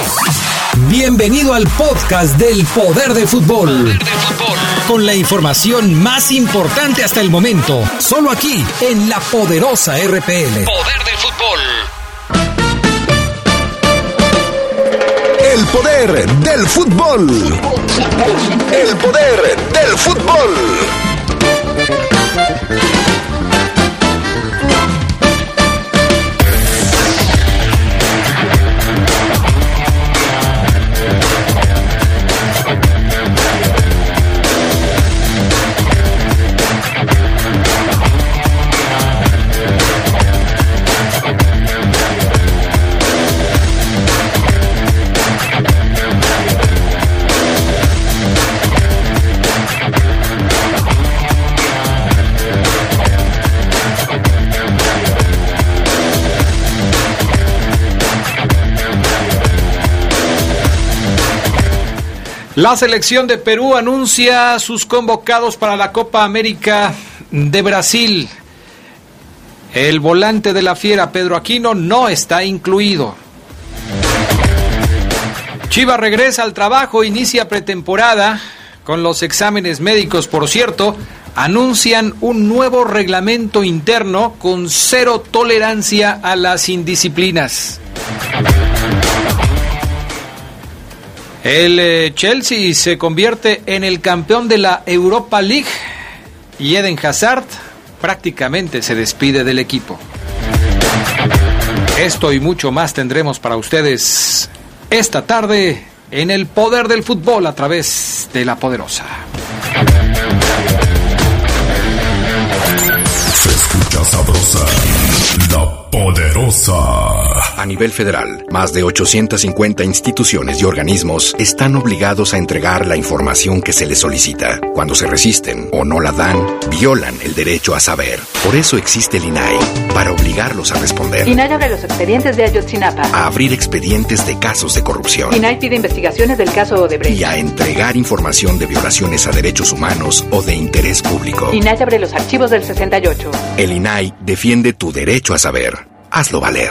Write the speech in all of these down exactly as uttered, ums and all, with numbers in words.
Bienvenido al podcast del Poder del Fútbol. Poder del Fútbol. Con la información más importante hasta el momento. Solo aquí, en La Poderosa R P L. Poder del Fútbol. El poder del fútbol. El poder del fútbol. La selección de Perú anuncia sus convocados para la Copa América de Brasil. El volante de la Fiera, Pedro Aquino, no está incluido. Chivas regresa al trabajo, inicia pretemporada con los exámenes médicos. Por cierto, anuncian un nuevo reglamento interno con cero tolerancia a las indisciplinas. El eh, Chelsea se convierte en el campeón de la Europa League y Eden Hazard prácticamente se despide del equipo. Esto y mucho más tendremos para ustedes esta tarde en el Poder del Fútbol a través de La Poderosa. Se escucha sabrosa, La Poderosa. A nivel federal, más de ochocientas cincuenta instituciones y organismos están obligados a entregar la información que se les solicita. Cuando se resisten o no la dan, violan el derecho a saber. Por eso existe el I N A I, para obligarlos a responder. I N A I abre los expedientes de Ayotzinapa. A abrir expedientes de casos de corrupción. I N A I pide investigaciones del caso Odebrecht. Y a entregar información de violaciones a derechos humanos o de interés público. I N A I abre los archivos del sesenta y ocho. El I N A I defiende tu derecho a saber. Hazlo valer.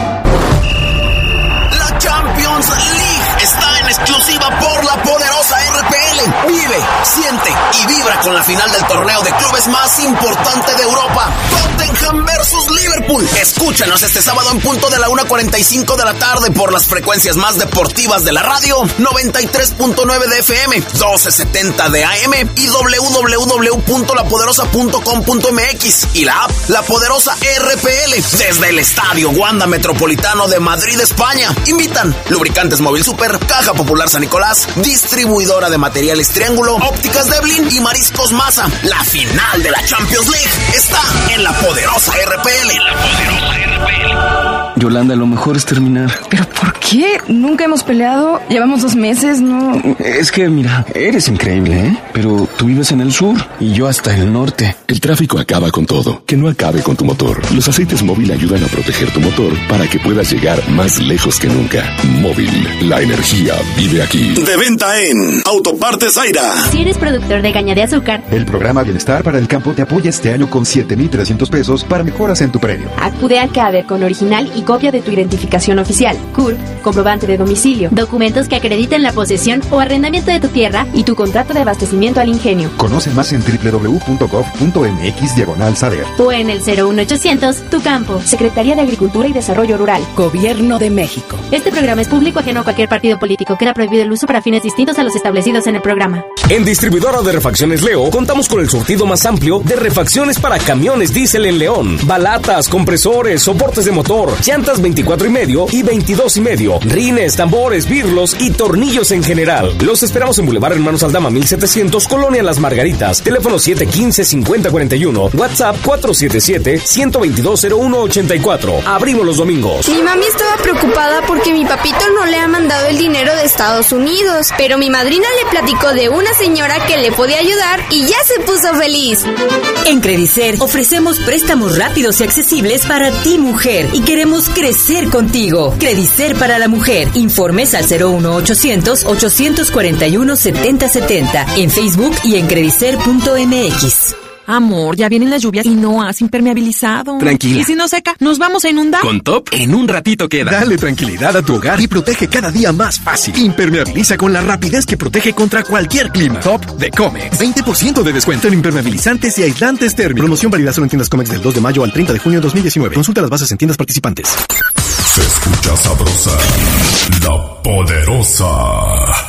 La Champions League está en exclusiva por La Poderosa R P L. Vive, siente y vibra con la final del torneo de clubes más importante de Europa. Tottenham versus Liverpool. Escúchanos este sábado en punto de la una cuarenta y cinco de la tarde por las frecuencias más deportivas de la radio, noventa y tres punto nueve de F M, doce setenta de A M y doble u doble u doble u punto la poderosa punto com punto m x y la app La Poderosa R P L desde el Estadio Wanda Metropolitano de Madrid, España. Invitan Lubricantes Móvil Super, Caja Popular San Nicolás, Distribuidora de Materiales Triángulo, Ópticas Deblin y Mariscos Maza. La final de la Champions League está en La Poderosa R P L. La Poderosa R P L. Yolanda, lo mejor es terminar. ¿Pero por qué? Nunca hemos peleado. Llevamos dos meses, ¿no? Es que, mira, eres increíble, ¿eh? Pero tú vives en el sur y yo hasta el norte. El tráfico acaba con todo. Que no acabe con tu motor. Los aceites Móvil ayudan a proteger tu motor para que puedas llegar más lejos que nunca. Móvil, la energía vive aquí. De venta en Autopartes Zaira. Si eres productor de caña de azúcar, el programa Bienestar para el Campo te apoya este año con siete mil trescientos pesos para mejoras en tu predio. Acude al CADER con original y copia de tu identificación oficial, C U R P, comprobante de domicilio, documentos que acrediten la posesión o arrendamiento de tu tierra y tu contrato de abastecimiento al ingenio. Conoce más en doble u doble u doble u punto gov punto m x diagonal SADER o en el cero uno ochocientos Tu Campo, Secretaría de Agricultura y Desarrollo Rural, Gobierno de México. Este programa es público ajeno a cualquier partido político. Queda prohibido el uso para fines distintos a los establecidos en el programa. En Distribuidora de Refacciones Leo contamos con el surtido más amplio de refacciones para camiones diésel en León. Balatas, compresores, soportes de motor, llantas veinticuatro y medio y veintidós y medio, rines, tambores, birlos y tornillos en general. Los esperamos en Boulevard Hermanos Aldama mil setecientos, Colonia Las Margaritas. Teléfono siete uno cinco, cinco cero cuatro uno, WhatsApp cuatro siete siete, uno dos dos, cero uno ocho cuatro. Abrimos los domingos. Mi mami estaba preocupada porque mi papito no le ha mandado el dinero de Estados Unidos, pero mi madrina le platicó de una señora que le podía ayudar y ya se puso feliz. En Credicer ofrecemos préstamos rápidos y accesibles para ti, mujer, y queremos crecer contigo. Credicer para la mujer. Informes al cero uno ochocientos, ochocientos cuarenta y uno, setenta setenta en Facebook y en credicer punto m x. Amor, ya vienen las lluvias y no has impermeabilizado. Tranquila. ¿Y si no seca? ¿Nos vamos a inundar? Con Top, en un ratito queda. Dale tranquilidad a tu hogar y protege cada día más fácil. Impermeabiliza con la rapidez que protege contra cualquier clima. Top de Comex. veinte por ciento de descuento en impermeabilizantes y aislantes térmicos. Promoción válida solo en tiendas Comex del dos de mayo al treinta de junio de dos mil diecinueve. Consulta las bases en tiendas participantes. Se escucha sabrosa, La Poderosa.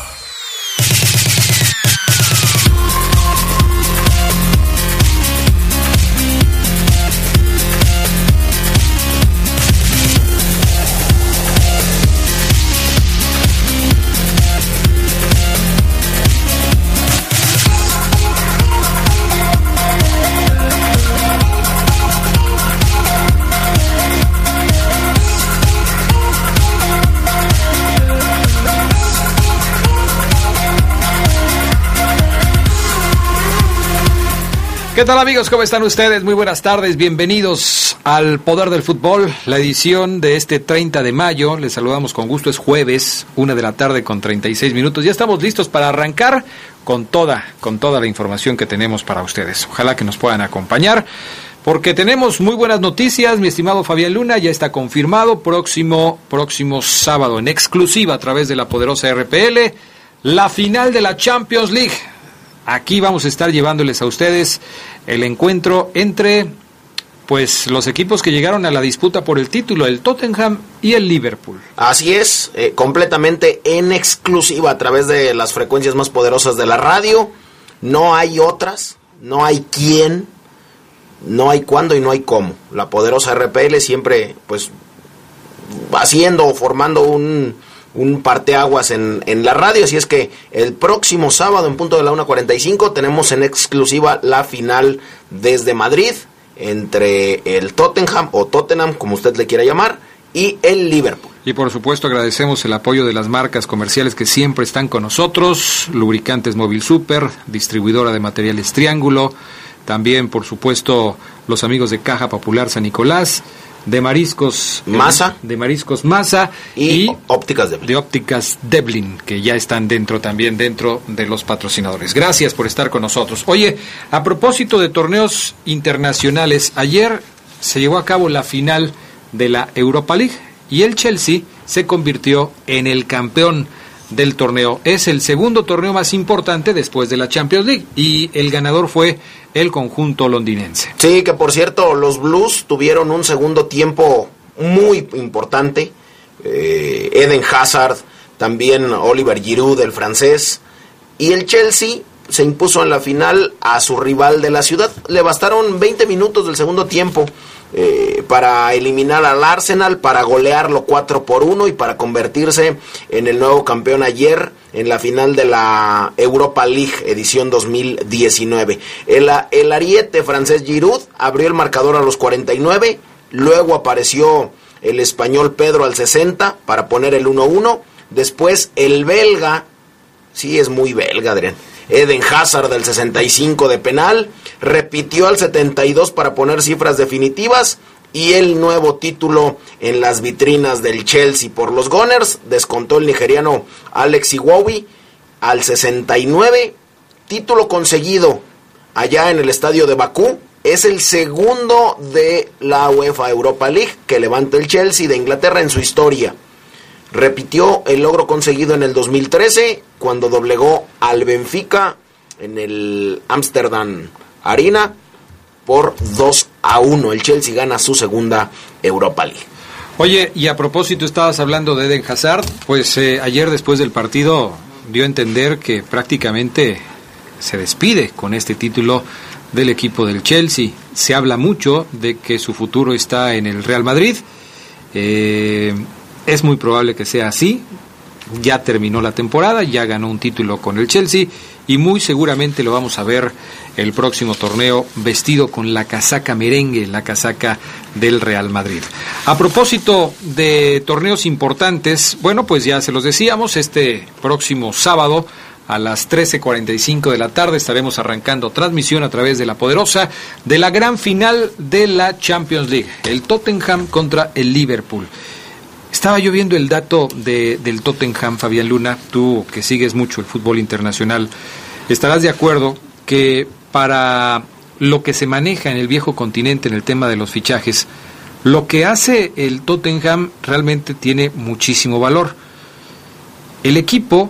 ¿Qué tal, amigos? ¿Cómo están ustedes? Muy buenas tardes, bienvenidos al Poder del Fútbol, la edición de este treinta de mayo. Les saludamos con gusto, es jueves, una de la tarde con treinta y seis minutos. Ya estamos listos para arrancar con toda, con toda la información que tenemos para ustedes. Ojalá que nos puedan acompañar, porque tenemos muy buenas noticias, mi estimado Fabián Luna. Ya está confirmado, próximo, próximo sábado, en exclusiva a través de la poderosa R P L, la final de la Champions League. Aquí vamos a estar llevándoles a ustedes el encuentro entre pues los equipos que llegaron a la disputa por el título, el Tottenham y el Liverpool. Así es, eh, completamente en exclusiva a través de las frecuencias más poderosas de la radio. No hay otras, no hay quién, no hay cuándo y no hay cómo. La poderosa R P L siempre pues haciendo o formando un... un parteaguas en, en la radio, así es que el próximo sábado en punto de la una cuarenta y cinco tenemos en exclusiva la final desde Madrid entre el Tottenham o Tottenham, como usted le quiera llamar, y el Liverpool. Y por supuesto agradecemos el apoyo de las marcas comerciales que siempre están con nosotros, Lubricantes Móvil Super, distribuidora de materiales Triángulo, también por supuesto los amigos de Caja Popular San Nicolás, de Mariscos Masa, de Mariscos Masa y, y Ópticas Deblin. de Ópticas Deblin, que ya están dentro también dentro de los patrocinadores. Gracias por estar con nosotros. Oye, a propósito de torneos internacionales, ayer se llevó a cabo la final de la Europa League y el Chelsea se convirtió en el campeón del torneo. Es el segundo torneo más importante después de la Champions League y el ganador fue el conjunto londinense. Sí, que por cierto, los Blues tuvieron un segundo tiempo muy importante. Eh, Eden Hazard, también Oliver Giroud, el francés, y el Chelsea se impuso en la final a su rival de la ciudad. Le bastaron veinte minutos del segundo tiempo eh, para eliminar al Arsenal, para golearlo cuatro por uno y para convertirse en el nuevo campeón ayer en la final de la Europa League edición dos mil diecinueve. El, el ariete francés Giroud abrió el marcador a los cuarenta y nueve, luego apareció el español Pedro al sesenta para poner el uno uno, después el belga, sí es muy belga, Adrián, Eden Hazard del sesenta y cinco de penal, repitió al setenta y dos para poner cifras definitivas y el nuevo título en las vitrinas del Chelsea por los Gunners. Descontó el nigeriano Alex Iwobi al sesenta y nueve, título conseguido allá en el estadio de Bakú. Es el segundo de la UEFA Europa League que levanta el Chelsea de Inglaterra en su historia. Repitió el logro conseguido en el dos mil trece, cuando doblegó al Benfica en el Amsterdam Arena por dos a uno. El Chelsea gana su segunda Europa League. Oye, y a propósito, estabas hablando de Eden Hazard, pues eh, ayer después del partido dio a entender que prácticamente se despide con este título del equipo del Chelsea. Se habla mucho de que su futuro está en el Real Madrid. Eh... Es muy probable que sea así. Ya terminó la temporada, ya ganó un título con el Chelsea y muy seguramente lo vamos a ver el próximo torneo vestido con la casaca merengue, la casaca del Real Madrid. A propósito de torneos importantes, bueno, pues ya se los decíamos, este próximo sábado a las trece cuarenta y cinco de la tarde estaremos arrancando transmisión a través de La Poderosa de la gran final de la Champions League, el Tottenham contra el Liverpool. Estaba yo viendo el dato de, del Tottenham, Fabián Luna, tú que sigues mucho el fútbol internacional, estarás de acuerdo que para lo que se maneja en el viejo continente en el tema de los fichajes, lo que hace el Tottenham realmente tiene muchísimo valor. El equipo,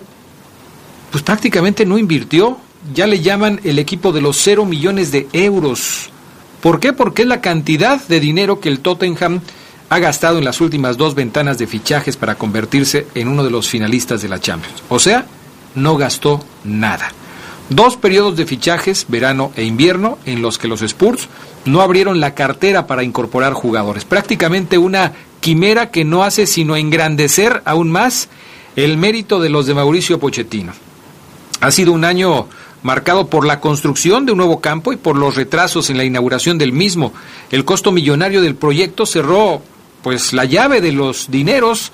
pues prácticamente no invirtió, ya le llaman el equipo de los cero millones de euros. ¿Por qué? Porque es la cantidad de dinero que el Tottenham ha gastado en las últimas dos ventanas de fichajes para convertirse en uno de los finalistas de la Champions. O sea, no gastó nada. Dos periodos de fichajes, verano e invierno, en los que los Spurs no abrieron la cartera para incorporar jugadores. Prácticamente una quimera que no hace sino engrandecer aún más el mérito de los de Mauricio Pochettino. Ha sido un año marcado por la construcción de un nuevo campo y por los retrasos en la inauguración del mismo. El costo millonario del proyecto cerró pues la llave de los dineros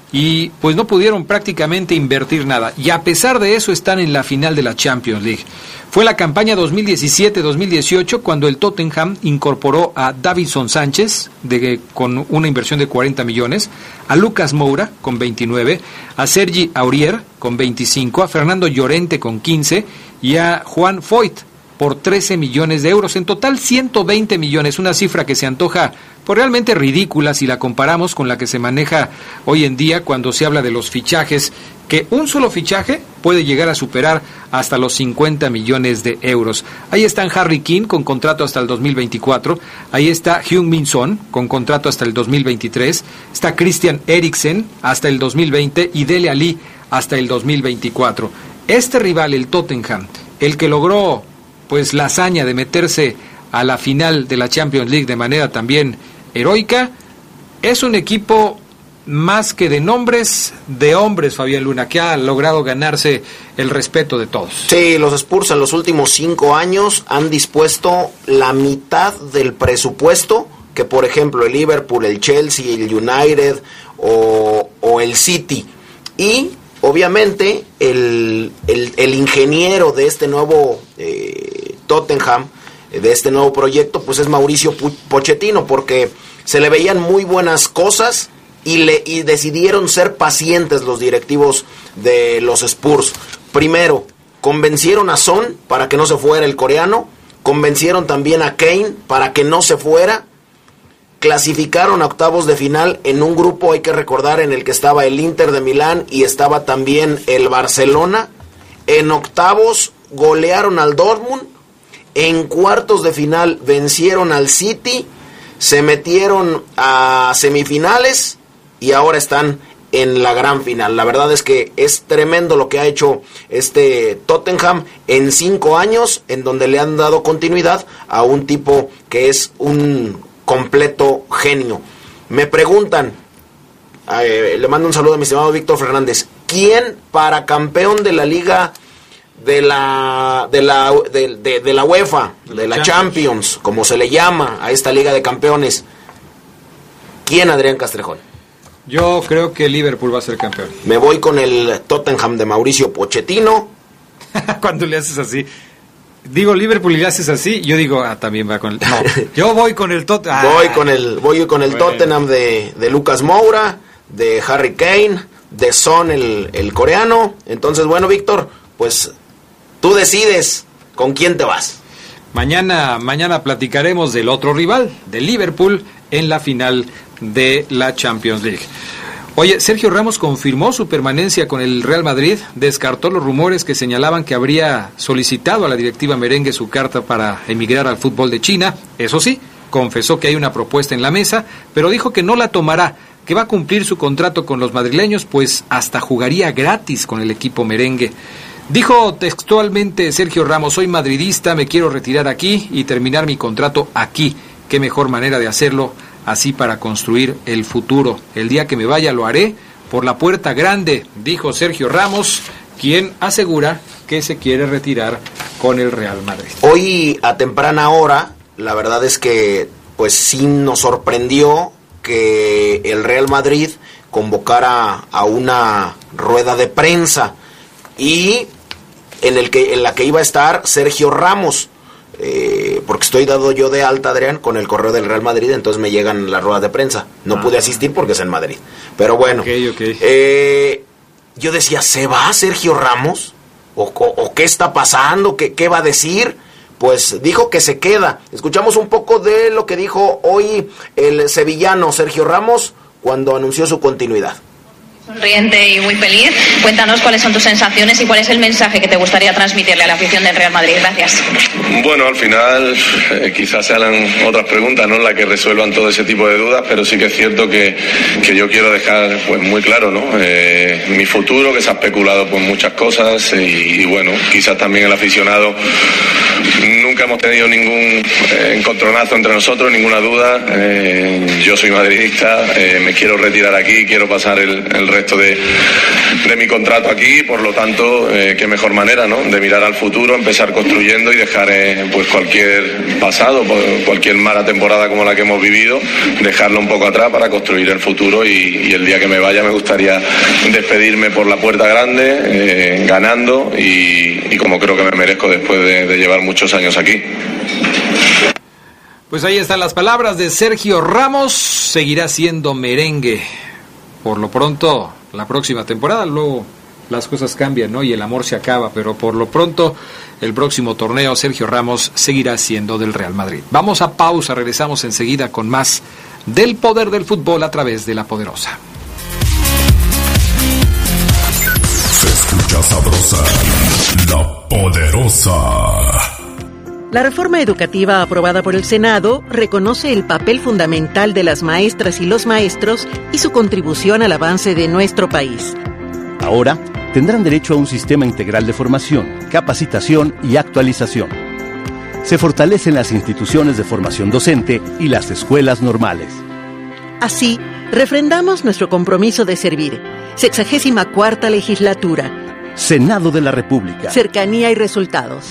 y pues no pudieron prácticamente invertir nada. Y a pesar de eso están en la final de la Champions League. Fue la campaña dos mil diecisiete dos mil dieciocho cuando el Tottenham incorporó a Davinson Sánchez de, con una inversión de cuarenta millones, a Lucas Moura con veintinueve, a Sergi Aurier con veinticinco, a Fernando Llorente con quince y a Juan Foyt por trece millones de euros. En total ciento veinte millones, una cifra que se antoja pues realmente ridícula si la comparamos con la que se maneja hoy en día cuando se habla de los fichajes, que un solo fichaje puede llegar a superar hasta los cincuenta millones de euros. Ahí están Harry Kane con contrato hasta el dos mil veinticuatro, ahí está Heung-min Son con contrato hasta el dos mil veintitrés, está Christian Eriksen hasta el dos mil veinte y Dele Alli hasta el dos mil veinticuatro. Este rival, el Tottenham, el que logró pues la hazaña de meterse a la final de la Champions League de manera también heroica, es un equipo más que de nombres, de hombres, Fabián Luna, que ha logrado ganarse el respeto de todos. Sí, los Spurs en los últimos cinco años han dispuesto la mitad del presupuesto que, por ejemplo, el Liverpool, el Chelsea, el United o, o el City. Y, obviamente, el, el, el ingeniero de este nuevo eh, Tottenham, de este nuevo proyecto, pues es Mauricio Pochettino, porque se le veían muy buenas cosas y, le, y decidieron ser pacientes los directivos de los Spurs. Primero, convencieron a Son para que no se fuera el coreano, convencieron también a Kane para que no se fuera, clasificaron a octavos de final en un grupo, hay que recordar, en el que estaba el Inter de Milán y estaba también el Barcelona. En octavos golearon al Dortmund, en cuartos de final vencieron al City, se metieron a semifinales y ahora están en la gran final. La verdad es que es tremendo lo que ha hecho este Tottenham en cinco años, en donde le han dado continuidad a un tipo que es un completo genio. Me preguntan, eh, le mando un saludo a mi estimado Víctor Fernández, ¿quién para campeón de la liga de la de la de, de, de la UEFA, de la Champions. Champions, como se le llama a esta liga de campeones? ¿Quién, Adrián Castrejón? Yo creo que Liverpool va a ser campeón. Me voy con el Tottenham de Mauricio Pochettino. Cuando le haces así, digo Liverpool y le haces así, yo digo, ah, también va con el... No, yo voy con el Tottenham. Ah, voy con el voy con el bueno. Tottenham de, de Lucas Moura, de Harry Kane, de Son, el, el coreano. Entonces, bueno, Víctor, pues tú decides con quién te vas. Mañana, mañana platicaremos del otro rival, de Liverpool, en la final de la Champions League. Oye, Sergio Ramos confirmó su permanencia con el Real Madrid, descartó los rumores que señalaban que habría solicitado a la directiva merengue su carta para emigrar al fútbol de China. Eso sí, confesó que hay una propuesta en la mesa, pero dijo que no la tomará, que va a cumplir su contrato con los madrileños, pues hasta jugaría gratis con el equipo merengue. Dijo textualmente Sergio Ramos: soy madridista, me quiero retirar aquí y terminar mi contrato aquí. Qué mejor manera de hacerlo así para construir el futuro. El día que me vaya lo haré por la puerta grande, dijo Sergio Ramos, quien asegura que se quiere retirar con el Real Madrid. Hoy a temprana hora, la verdad es que pues sí nos sorprendió que el Real Madrid convocara a una rueda de prensa y en el que en la que iba a estar Sergio Ramos, eh, porque estoy dado yo de alta, Adrián, con el correo del Real Madrid, entonces me llegan las ruedas de prensa. No ah. pude asistir porque es en Madrid, pero bueno. Okay, okay. Eh, yo decía, ¿se va Sergio Ramos? ¿O, o, o qué está pasando? ¿Qué, qué va a decir? pues dijo que se queda. Escuchamos un poco de lo que dijo hoy el sevillano Sergio Ramos cuando anunció su continuidad. Sonriente y muy feliz. Cuéntanos cuáles son tus sensaciones y cuál es el mensaje que te gustaría transmitirle a la afición del Real Madrid. Gracias. Bueno, al final eh, quizás sean otras preguntas, ¿no?, las que resuelvan todo ese tipo de dudas, pero sí que es cierto que, que yo quiero dejar pues muy claro, ¿no?, eh, mi futuro, que se ha especulado por muchas cosas y, y bueno, quizás también el aficionado. Nunca hemos tenido ningún eh, encontronazo entre nosotros, ninguna duda. Eh, yo soy madridista, eh, me quiero retirar aquí, quiero pasar el, el resto de, de mi contrato aquí, por lo tanto, eh, qué mejor manera, ¿no?, de mirar al futuro, empezar construyendo y dejar eh, pues cualquier pasado, cualquier mala temporada como la que hemos vivido, dejarlo un poco atrás para construir el futuro y, y el día que me vaya me gustaría despedirme por la puerta grande, eh, ganando y, y como creo que me merezco después de, de llevar muchos años aquí. Pues ahí están las palabras de Sergio Ramos. Seguirá siendo merengue por lo pronto la próxima temporada. Luego las cosas cambian, ¿no?, y el amor se acaba, pero por lo pronto el próximo torneo Sergio Ramos seguirá siendo del Real Madrid. Vamos a pausa, regresamos enseguida con más del poder del fútbol a través de La Poderosa. Se escucha sabrosa, La Poderosa. La reforma educativa aprobada por el Senado reconoce el papel fundamental de las maestras y los maestros y su contribución al avance de nuestro país. Ahora tendrán derecho a un sistema integral de formación, capacitación y actualización. Se fortalecen las instituciones de formación docente y las escuelas normales. Así, refrendamos nuestro compromiso de servir. Sexagésima cuarta legislatura. Senado de la República. Cercanía y resultados.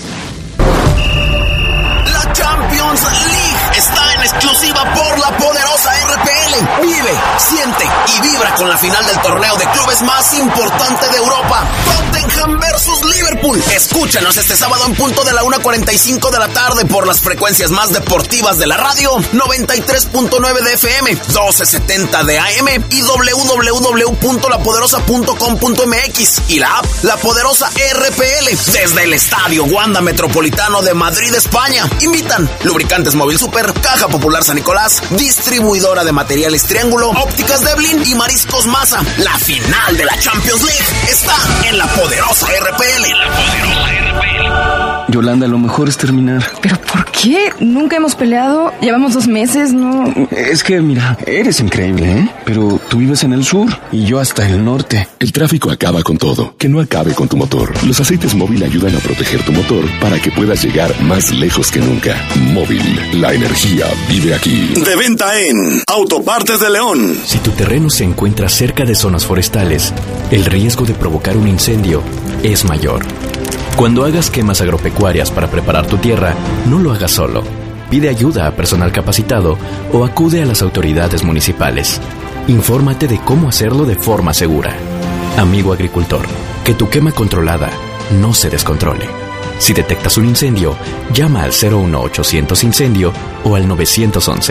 Champions League está en exclusiva por la poderosa R P L. Vive, siente y vibra con la final del torneo de clubes más importante de Europa. Tottenham versus Liverpool. Escúchanos este sábado en punto de la una cuarenta y cinco de la tarde por las frecuencias más deportivas de la radio, noventa y tres punto nueve de F M, doce setenta de A M y doble u doble u doble u punto la poderosa punto com punto m x y la app La Poderosa R P L desde el Estadio Wanda Metropolitano de Madrid, España. Invitan Lubricantes Móvil Super, Caja Popular San Nicolás, Distribuidora de Materiales Triángulo, Ópticas Deblin y Mariscos Maza. La final de la Champions League está en La Poderosa R P L. La Poderosa R P L. Yolanda, lo mejor es terminar. ¿Pero por qué? Nunca hemos peleado. Llevamos dos meses, ¿no? Es que, mira, eres increíble, ¿eh? Pero tú vives en el sur y yo hasta el norte. El tráfico acaba con todo. Que no acabe con tu motor. Los aceites Móvil ayudan a proteger tu motor para que puedas llegar más lejos que nunca. Móvil, la energía vive aquí. De venta en Autopartes de León. Si tu terreno se encuentra cerca de zonas forestales, el riesgo de provocar un incendio es mayor. Cuando hagas quemas agropecuarias para preparar tu tierra, no lo hagas solo. Pide ayuda a personal capacitado o acude a las autoridades municipales. Infórmate de cómo hacerlo de forma segura. Amigo agricultor, que tu quema controlada no se descontrole. Si detectas un incendio, llama al cero uno ochocientos incendio o al nueve once.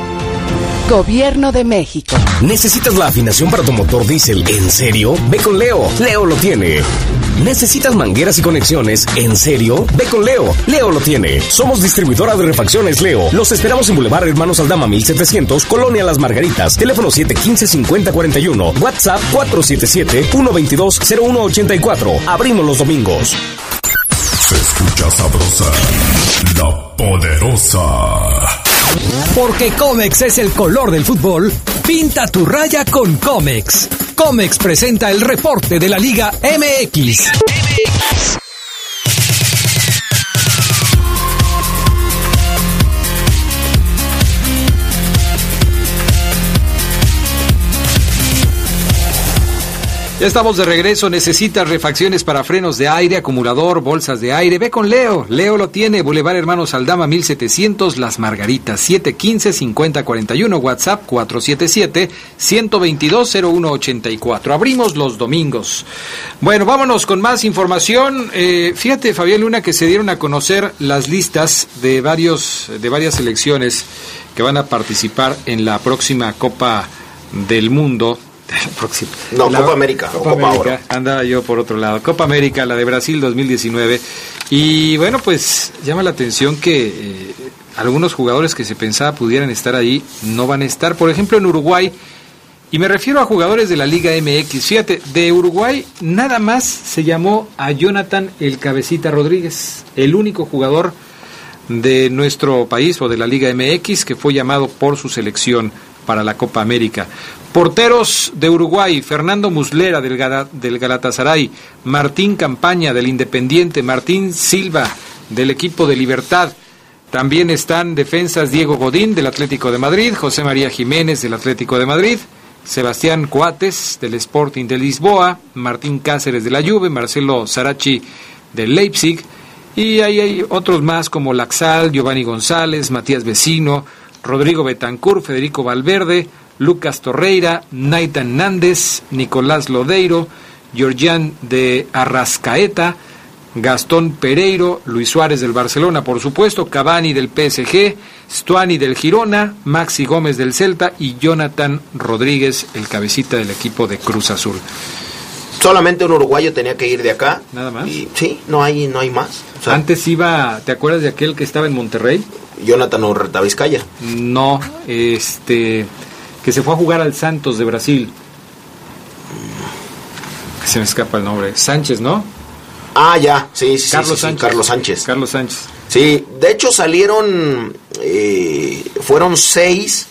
Gobierno de México. ¿Necesitas la afinación para tu motor diésel? ¿En serio? Ve con Leo. Leo lo tiene. ¿Necesitas mangueras y conexiones? ¿En serio? Ve con Leo. Leo lo tiene. Somos distribuidora de refacciones Leo. Los esperamos en Boulevard Hermanos Aldama mil setecientos, Colonia Las Margaritas. Teléfono siete uno cinco, cinco cero cuatro uno. WhatsApp cuatro siete siete, uno dos dos, cero uno ocho cuatro. Abrimos los domingos. Se escucha sabrosa, La Poderosa. Porque Comex es el color del fútbol, pinta tu raya con Comex. Comex presenta el reporte de la Liga M X. Ya estamos de regreso. ¿Necesitas refacciones para frenos de aire, acumulador, bolsas de aire? Ve con Leo. Leo lo tiene. Boulevard Hermanos Aldama mil setecientos, Las Margaritas. siete uno cinco, cinco cero cuatro uno. WhatsApp cuatro siete siete, uno dos dos, cero uno ocho cuatro. Abrimos los domingos. Bueno, vámonos con más información. Eh, fíjate, Fabián Luna, que se dieron a conocer las listas de varios de varias selecciones que van a participar en la próxima Copa del Mundo Próximo. No, la, Copa América. Copa o Copa América, Oro. andaba yo por otro lado. Copa América, la de Brasil dos mil diecinueve. Y bueno, pues llama la atención que eh, algunos jugadores que se pensaba pudieran estar ahí no van a estar. Por ejemplo, en Uruguay, y me refiero a jugadores de la Liga M X. Fíjate, de Uruguay nada más se llamó a Jonathan el Cabecita Rodríguez, el único jugador de nuestro país o de la Liga M X que fue llamado por su selección para la Copa América. Porteros de Uruguay: Fernando Muslera del, Gal- del Galatasaray, Martín Campaña del Independiente, Martín Silva del equipo de Libertad. También están defensas: Diego Godín del Atlético de Madrid, José María Jiménez del Atlético de Madrid, Sebastián Coates del Sporting de Lisboa, Martín Cáceres de la Juve, Marcelo Sarachi del Leipzig, y ahí hay otros más como Laxal, Giovanni González, Matías Vecino, Rodrigo Betancur, Federico Valverde, Lucas Torreira, Naitan Nández, Nicolás Lodeiro, Georgián de Arrascaeta, Gastón Pereiro, Luis Suárez del Barcelona, por supuesto, Cavani del P S G, Stuani del Girona, Maxi Gómez del Celta y Jonathan Rodríguez, el cabecita del equipo de Cruz Azul. Solamente un uruguayo tenía que ir de acá. Nada más. Y, sí, no hay, no hay más. O sea, antes iba, ¿te acuerdas de aquel que estaba en Monterrey? Jonathan Urreta Vizcaya. No, este, que se fue a jugar al Santos de Brasil. Se me escapa el nombre. Sánchez, ¿no? Ah, ya, sí, sí, Carlos sí, sí, Sánchez. Carlos Sánchez. Carlos Sánchez. Sí, de hecho salieron, eh, fueron seis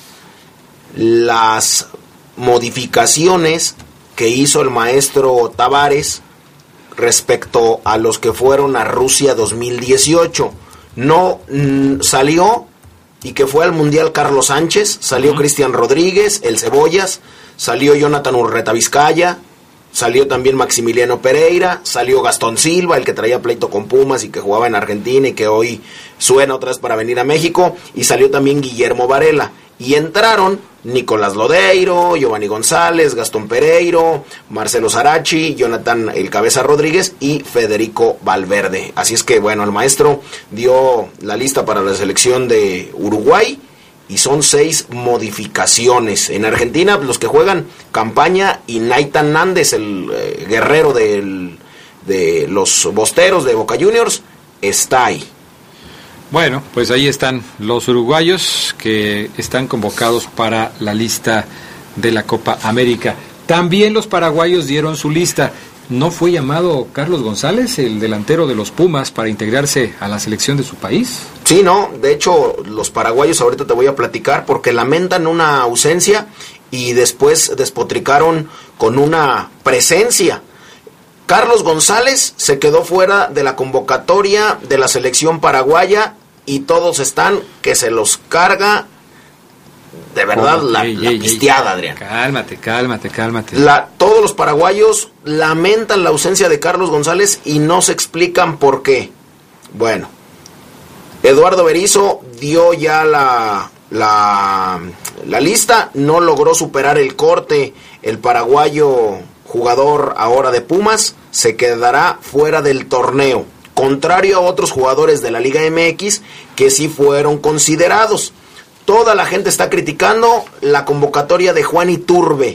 las modificaciones que hizo el maestro Tavares respecto a los que fueron a Rusia dos mil dieciocho. No mm, salió, y que fue al Mundial Carlos Sánchez, salió uh-huh. Cristian Rodríguez, el Cebollas, salió Jonathan Urreta Vizcaya, salió también Maximiliano Pereira, salió Gastón Silva, el que traía pleito con Pumas y que jugaba en Argentina y que hoy suena otra vez para venir a México, y salió también Guillermo Varela. Y entraron Nicolás Lodeiro, Giovanni González, Gastón Pereiro, Marcelo Sarachi, Jonathan el Cabeza Rodríguez y Federico Valverde. Así es que, bueno, el maestro dio la lista para la selección de Uruguay y son seis modificaciones. En Argentina, los que juegan Campaña y Naitan Nández, el eh, guerrero del, de los Bosteros de Boca Juniors, está ahí. Bueno, pues ahí están los uruguayos que están convocados para la lista de la Copa América. También los paraguayos dieron su lista. ¿No fue llamado Carlos González, el delantero de los Pumas, para integrarse a la selección de su país? Sí, no, de hecho los paraguayos ahorita te voy a platicar porque lamentan una ausencia y después despotricaron con una presencia. Carlos González se quedó fuera de la convocatoria de la selección paraguaya y todos están que se los carga de verdad oh, la, ey, la ey, pisteada, ey. Adrián. Cálmate, cálmate, cálmate. La, todos los paraguayos lamentan la ausencia de Carlos González y no se explican por qué. Bueno, Eduardo Berizzo dio ya la, la, la lista, no logró superar el corte. El paraguayo jugador ahora de Pumas se quedará fuera del torneo, contrario a otros jugadores de la Liga M X que sí fueron considerados. Toda la gente está criticando la convocatoria de Juan Iturbe.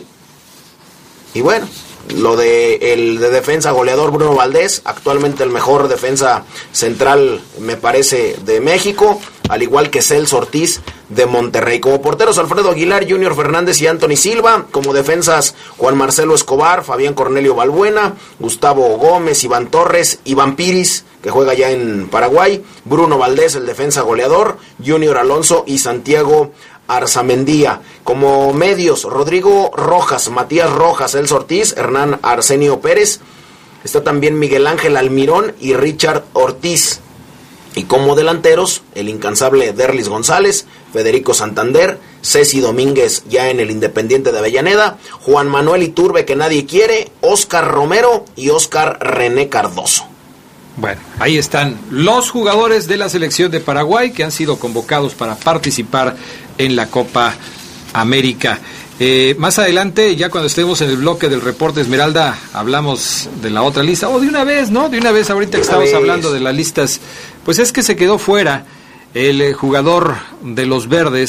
Y bueno, lo de el de defensa goleador Bruno Valdés, actualmente el mejor defensa central, me parece, de México, al igual que Celso Ortiz de Monterrey. Como porteros, Alfredo Aguilar, Junior Fernández y Anthony Silva. Como defensas, Juan Marcelo Escobar, Fabián Cornelio Balbuena, Gustavo Gómez, Iván Torres, Iván Piris, que juega ya en Paraguay, Bruno Valdés, el defensa goleador, Junior Alonso y Santiago Arzamendía. Como medios, Rodrigo Rojas, Matías Rojas, Celso Ortiz, Hernán Arsenio Pérez, está también Miguel Ángel Almirón y Richard Ortiz. Y como delanteros, el incansable Derlis González, Federico Santander, Ceci Domínguez ya en el Independiente de Avellaneda, Juan Manuel Iturbe, que nadie quiere, Óscar Romero y Óscar René Cardoso. Bueno, ahí están los jugadores de la selección de Paraguay que han sido convocados para participar en la Copa América. Eh, más adelante, ya cuando estemos en el bloque del reporte Esmeralda, hablamos de la otra lista. O oh, de una vez, ¿no? De una vez, ahorita que estamos hablando de las listas, pues es que se quedó fuera el jugador de los Verdes,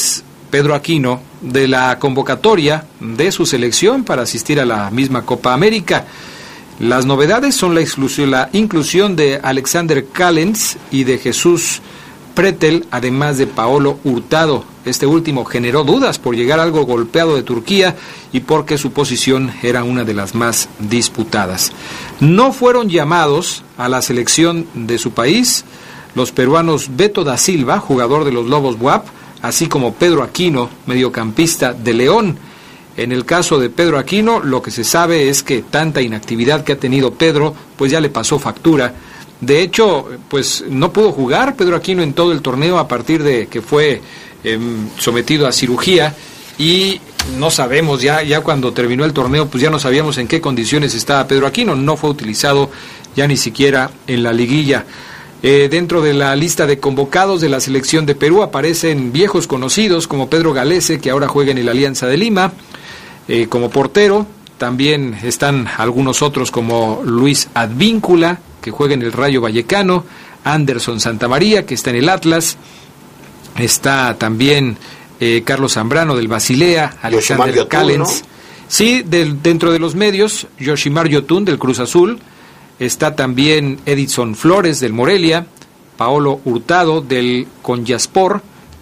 Pedro Aquino, de la convocatoria de su selección para asistir a la misma Copa América. Las novedades son la, exclusión, la inclusión de Alexander Callens y de Jesús Pretel, además de Paolo Hurtado. Este último generó dudas por llegar algo golpeado de Turquía y porque su posición era una de las más disputadas. No fueron llamados a la selección de su país los peruanos Beto da Silva, jugador de los Lobos B U A P, así como Pedro Aquino, mediocampista de León. En el caso de Pedro Aquino, lo que se sabe es que tanta inactividad que ha tenido Pedro, pues ya le pasó factura. De hecho, pues no pudo jugar Pedro Aquino en todo el torneo a partir de que fue eh, sometido a cirugía, y no sabemos, ya, ya cuando terminó el torneo, pues ya no sabíamos en qué condiciones estaba Pedro Aquino. No fue utilizado ya ni siquiera en la liguilla. Eh, dentro de la lista de convocados de la selección de Perú aparecen viejos conocidos como Pedro Galese, que ahora juega en el Alianza de Lima, eh, como portero. También están algunos otros como Luis Advíncula, que juega en el Rayo Vallecano, Anderson Santamaría, que está en el Atlas, está también eh, Carlos Zambrano del Basilea, Alexander Callens, ¿no? Sí, del, dentro de los medios, Yoshimar Yotun del Cruz Azul, está también Edison Flores del Morelia, Paolo Hurtado del Konyaspor.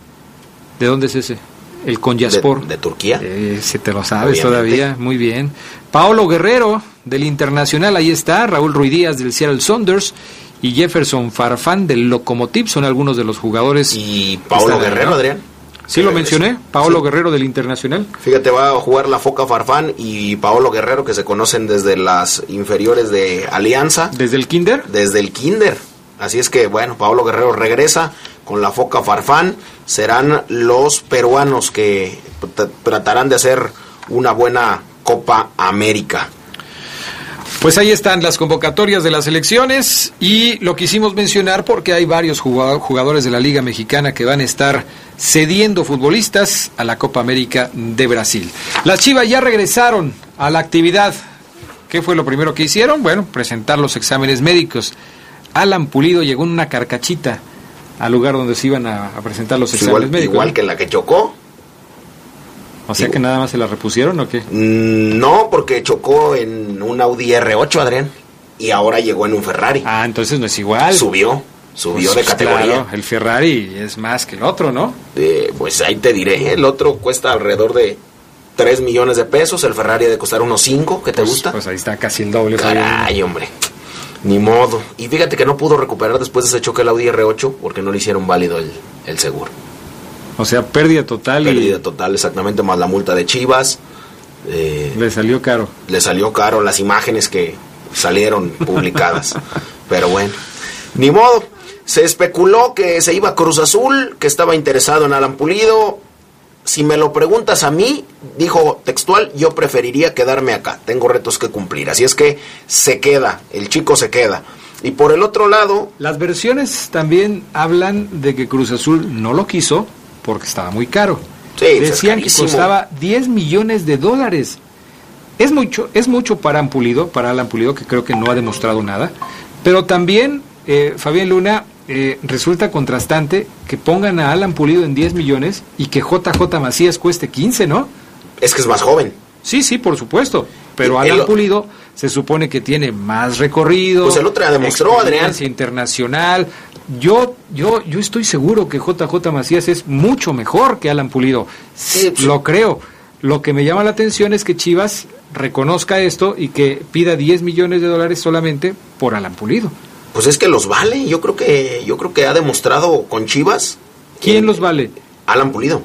¿De dónde es ese? El Konyaspor. ¿De, de Turquía? Eh, si te lo sabes todavía, muy bien. Paolo Guerrero del Internacional, ahí está. Raúl Ruiz Díaz del Seattle Sounders y Jefferson Farfán del Lokomotiv son algunos de los jugadores. ¿Y Paolo Guerrero, ¿no? Adrián? Sí, lo mencioné, Paolo sí. Guerrero del Internacional. Fíjate, va a jugar la Foca Farfán y Paolo Guerrero, que se conocen desde las inferiores de Alianza. ¿Desde el kinder? Desde el kinder. Así es que, bueno, Paolo Guerrero regresa con la Foca Farfán. Serán los peruanos que t- tratarán de hacer una buena Copa América. Pues ahí están las convocatorias de las elecciones, y lo quisimos mencionar porque hay varios jugadores de la Liga Mexicana que van a estar cediendo futbolistas a la Copa América de Brasil. Las Chivas ya regresaron a la actividad. ¿Qué fue lo primero que hicieron? Bueno, presentar los exámenes médicos. Alan Pulido llegó en una carcachita al lugar donde se iban a, a presentar los exámenes igual, médicos. Igual que la que chocó. O sea, que nada más se la repusieron, ¿o qué? No, porque chocó en un Audi R ocho, Adrián, y ahora llegó en un Ferrari. Ah, entonces no es igual. Subió, subió pues, de categoría. Claro, el Ferrari es más que el otro, ¿no? Eh, pues ahí te diré, el otro cuesta alrededor de tres millones de pesos, el Ferrari ha de costar unos cinco, ¿qué te pues, gusta? Pues ahí está casi el doble. Caray, hombre, ni modo. Y fíjate que no pudo recuperar después de ese choque el Audi R ocho porque no le hicieron válido el, el seguro. O sea, pérdida total. Pérdida y... total, exactamente, más la multa de Chivas. Eh, le salió caro. Le salió caro las imágenes que salieron publicadas. Pero bueno, ni modo. Se especuló que se iba a Cruz Azul, que estaba interesado en Alan Pulido. Si me lo preguntas a mí, dijo textual, yo preferiría quedarme acá. Tengo retos que cumplir. Así es que se queda, el chico se queda. Y por el otro lado... Las versiones también hablan de que Cruz Azul no lo quiso porque estaba muy caro. Sí, decían que costaba diez millones de dólares. Es mucho, es mucho para Alan Pulido, para Alan Pulido, que creo que no ha demostrado nada. Pero también, eh, Fabián Luna, eh, resulta contrastante que pongan a Alan Pulido en diez millones y que J J Macías cueste quince, ¿no? Es que es más joven. Sí, sí, por supuesto. Pero Alan el... Pulido se supone que tiene más recorrido. Pues el otro ya demostró, Adrián. Internacional. Yo, yo, yo estoy seguro que J J Macías es mucho mejor que Alan Pulido. Sí, sí. Lo creo. Lo que me llama la atención es que Chivas reconozca esto y que pida diez millones de dólares solamente por Alan Pulido. Pues es que los vale. Yo creo que, yo creo que ha demostrado con Chivas. ¿Quién eh, los vale? Alan Pulido.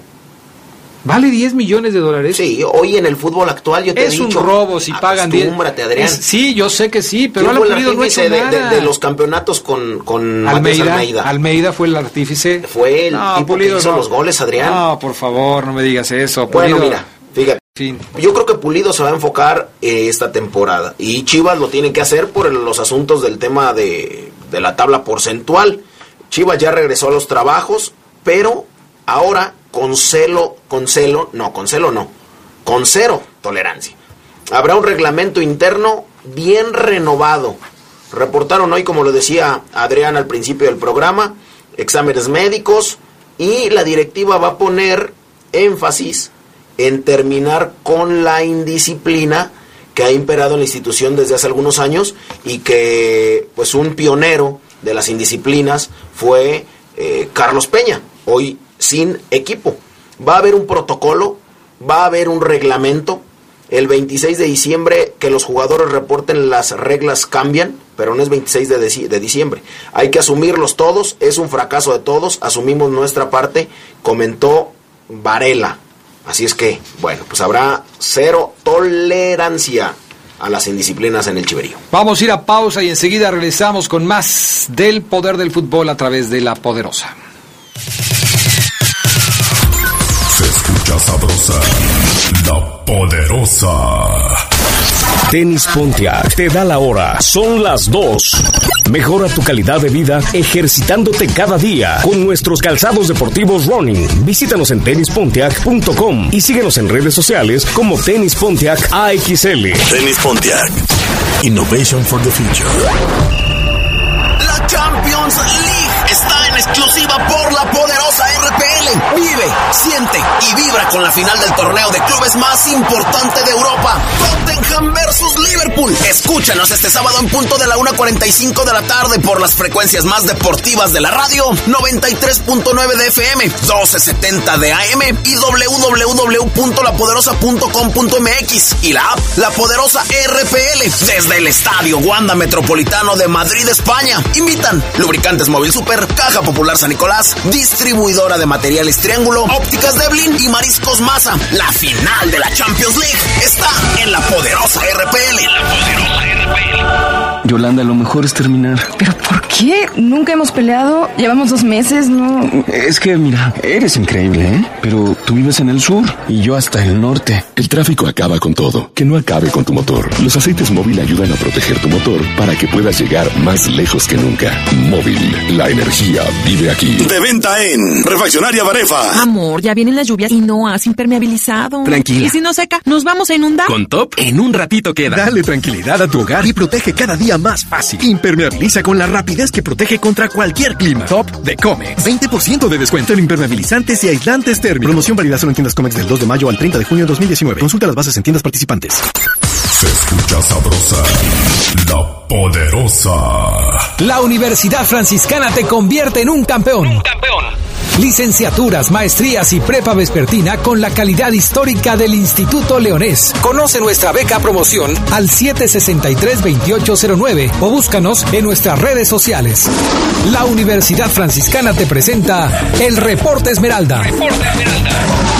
¿Vale diez millones de dólares? Sí, hoy en el fútbol actual yo te es he dicho... Es un robo si pagan diez. Acostúmbrate, Adrián. Es, sí, yo sé que sí, pero Alan Pulido no hizo de, nada. De, de los campeonatos con, con Almeida, Almeida. Almeida fue el artífice. Fue el no, tipo Pulido que hizo no. los goles, Adrián. No, por favor, no me digas eso. Pulido. Bueno, mira, fíjate. Fin. Yo creo que Pulido se va a enfocar eh, esta temporada. Y Chivas lo tiene que hacer por el, los asuntos del tema de, de la tabla porcentual. Chivas ya regresó a los trabajos, pero ahora... con celo, con celo, no, con celo no, con cero tolerancia. Habrá un reglamento interno bien renovado. Reportaron hoy, como lo decía Adrián al principio del programa, exámenes médicos, y la directiva va a poner énfasis en terminar con la indisciplina que ha imperado en la institución desde hace algunos años y que pues un pionero de las indisciplinas fue eh, Carlos Peña, hoy sin equipo. Va a haber un protocolo, va a haber un reglamento. El veintiséis de diciembre que los jugadores reporten las reglas cambian, pero no es veintiséis de, de, de diciembre. Hay que asumirlos todos, es un fracaso de todos, asumimos nuestra parte, comentó Varela. Así es que, bueno, pues habrá cero tolerancia a las indisciplinas en el Chiverío. Vamos a ir a pausa y enseguida regresamos con más del poder del fútbol a través de La Poderosa. Se escucha sabrosa, La Poderosa. Tenis Pontiac te da la hora. Son las dos. Mejora tu calidad de vida ejercitándote cada día con nuestros calzados deportivos running. Visítanos en tenis pontiac punto com y síguenos en redes sociales como Tenis Pontiac A X L. Tenis Pontiac. Innovation for the future. La Champions League está en exclusiva por la poderosa R P L. Vive, siente y vibra con la final del torneo de clubes más importante de Europa. Tottenham versus Liverpool. Escúchanos este sábado en punto de la una cuarenta y cinco de la tarde por las frecuencias más deportivas de la radio, noventa y tres punto nueve de F M, doce setenta de A M y doble u doble u doble u punto la poderosa punto com punto m x y la app La Poderosa R P L desde el Estadio Wanda Metropolitano de Madrid, España. Invitan Lubricantes Móvil Super, Caja Popular San Nicolás, Distribuidora de Materiales Triángulo, Ópticas Deblin y Mariscos Maza. La final de la Champions League está en La Poderosa R P L. La Poderosa R P L. Yolanda, lo mejor es terminar. ¿Pero por qué? Nunca hemos peleado. Llevamos dos meses, ¿no? Es que, mira, eres increíble, ¿eh? Pero tú vives en el sur y yo hasta el norte. El tráfico acaba con todo. Que no acabe con tu motor. Los aceites Móvil ayudan a proteger tu motor para que puedas llegar más lejos que nunca. Móvil, la energía vive aquí. De venta en Refaccionaria Barefa. Amor, ya vienen las lluvias y no has impermeabilizado. Tranquila. ¿Y si no seca, nos vamos a inundar? Con Top, en un ratito queda. Dale tranquilidad a tu hogar y protege cada día más fácil. Impermeabiliza con la rapidez que protege contra cualquier clima. Top de Comex. veinte por ciento de descuento en impermeabilizantes y aislantes térmicos. Promoción válida solo en tiendas Comex del dos de mayo al treinta de junio de dos mil diecinueve. Consulta las bases en tiendas participantes. Se escucha sabrosa, La Poderosa. La Universidad Franciscana te convierte en un campeón. Un campeón. Licenciaturas, maestrías y prepa vespertina con la calidad histórica del Instituto Leonés. Conoce nuestra beca promoción al siete sesenta y tres, veintiocho cero nueve o búscanos en nuestras redes sociales. La Universidad Franciscana te presenta el Reporte Esmeralda. Reporte Esmeralda.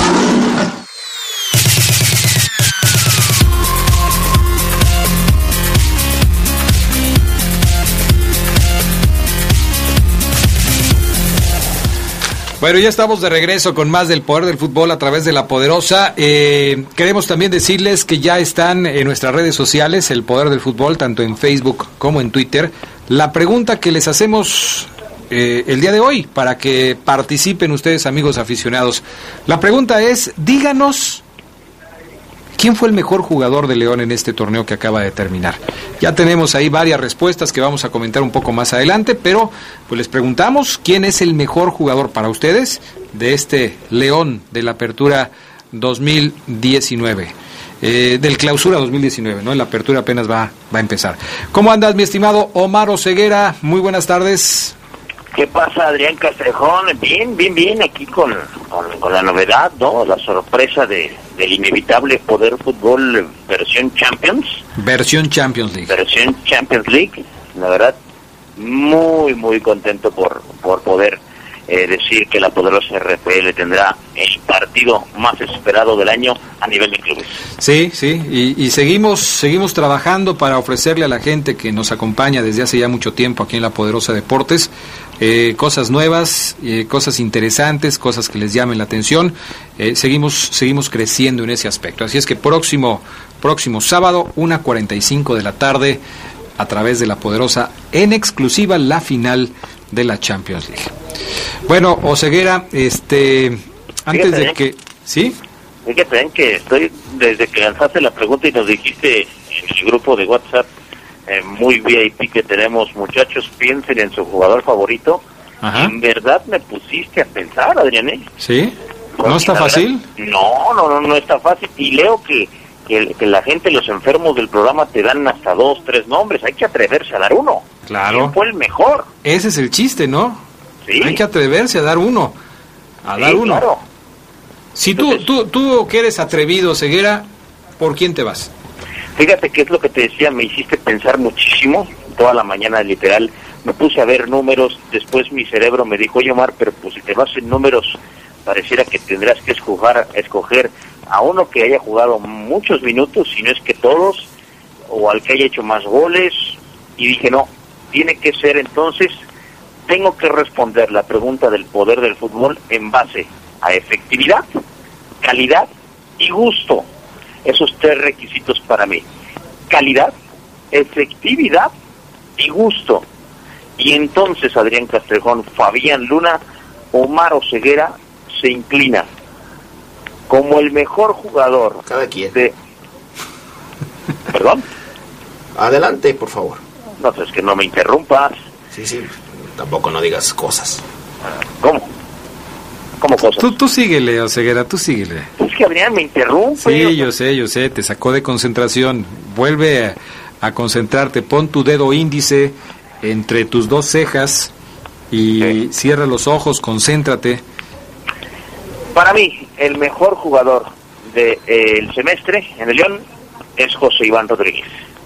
Bueno, ya estamos de regreso con más del poder del fútbol a través de La Poderosa. Eh, queremos también decirles que ya están en nuestras redes sociales el poder del fútbol, tanto en Facebook como en Twitter. La pregunta que les hacemos eh, el día de hoy, para que participen ustedes, amigos aficionados. La pregunta es, díganos, ¿quién fue el mejor jugador de León en este torneo que acaba de terminar? Ya tenemos ahí varias respuestas que vamos a comentar un poco más adelante, pero pues les preguntamos quién es el mejor jugador para ustedes de este León de la Apertura dos mil diecinueve, eh, del Clausura dos mil diecinueve, ¿no? La Apertura apenas va, va a empezar. ¿Cómo andas, mi estimado Omar Oseguera? Muy buenas tardes. ¿Qué pasa, Adrián Castrejón? Bien, bien, bien, aquí con, con, con la novedad, ¿no? La sorpresa de del inevitable Poder Fútbol versión Champions. Versión Champions League. Versión Champions League. La verdad, muy, muy contento por, por poder eh, decir que la poderosa R P L tendrá el partido más esperado del año a nivel de clubes. Sí, sí, y, y seguimos seguimos trabajando para ofrecerle a la gente que nos acompaña desde hace ya mucho tiempo aquí en La Poderosa Deportes, eh, cosas nuevas, eh, cosas interesantes, cosas que les llamen la atención. Eh, seguimos seguimos creciendo en ese aspecto. Así es que próximo próximo sábado, una cuarenta y cinco de la tarde, a través de La Poderosa, en exclusiva la final de la Champions League. Bueno, Oseguera, este, antes Fíjate, de que... ¿Sí? Fíjate que estoy, desde que lanzaste la pregunta y nos dijiste en el grupo de WhatsApp, eh, muy V I P que tenemos, muchachos, piensen en su jugador favorito. Ajá. En verdad me pusiste a pensar, Adrián, ¿eh? ¿Sí? ¿No está fácil? No, no, no, no está fácil. Y leo que, que, que la gente, los enfermos del programa te dan hasta dos, tres nombres. Hay que atreverse a dar uno. Claro. ¿Quién fue el mejor? Ese es el chiste, ¿no? Sí. Hay que atreverse a dar uno. A Sí, dar uno. claro. Si tú, tú, tú que eres atrevido, Ceguera, ¿por quién te vas? Fíjate que es lo que te decía, me hiciste pensar muchísimo, toda la mañana literal, me puse a ver números, después mi cerebro me dijo, oye Omar, pero pues si te vas en números, pareciera que tendrás que escoger, escoger a uno que haya jugado muchos minutos, si no es que todos, o al que haya hecho más goles, y dije, no, tiene que ser entonces, tengo que responder la pregunta del poder del fútbol en base a efectividad, calidad y gusto. Esos tres requisitos para mí: calidad, efectividad y gusto. Y entonces Adrián Castrejón, Fabián Luna, Omar Oseguera se inclina como el mejor jugador. Cada quien. De... ¿Perdón? Adelante, por favor. No, pues es que no me interrumpas. Sí, sí, tampoco no digas cosas. ¿Cómo? ¿Cómo cosas? Tú, tú síguele, Oseguera, tú síguele. Es que Adrián me interrumpe. Sí, yo sé, yo sé, te sacó de concentración. Vuelve a, a concentrarte, pon tu dedo índice entre tus dos cejas y sí. Cierra los ojos, concéntrate. Para mí, el mejor jugador del de, eh, semestre en el León es José Iván Rodríguez.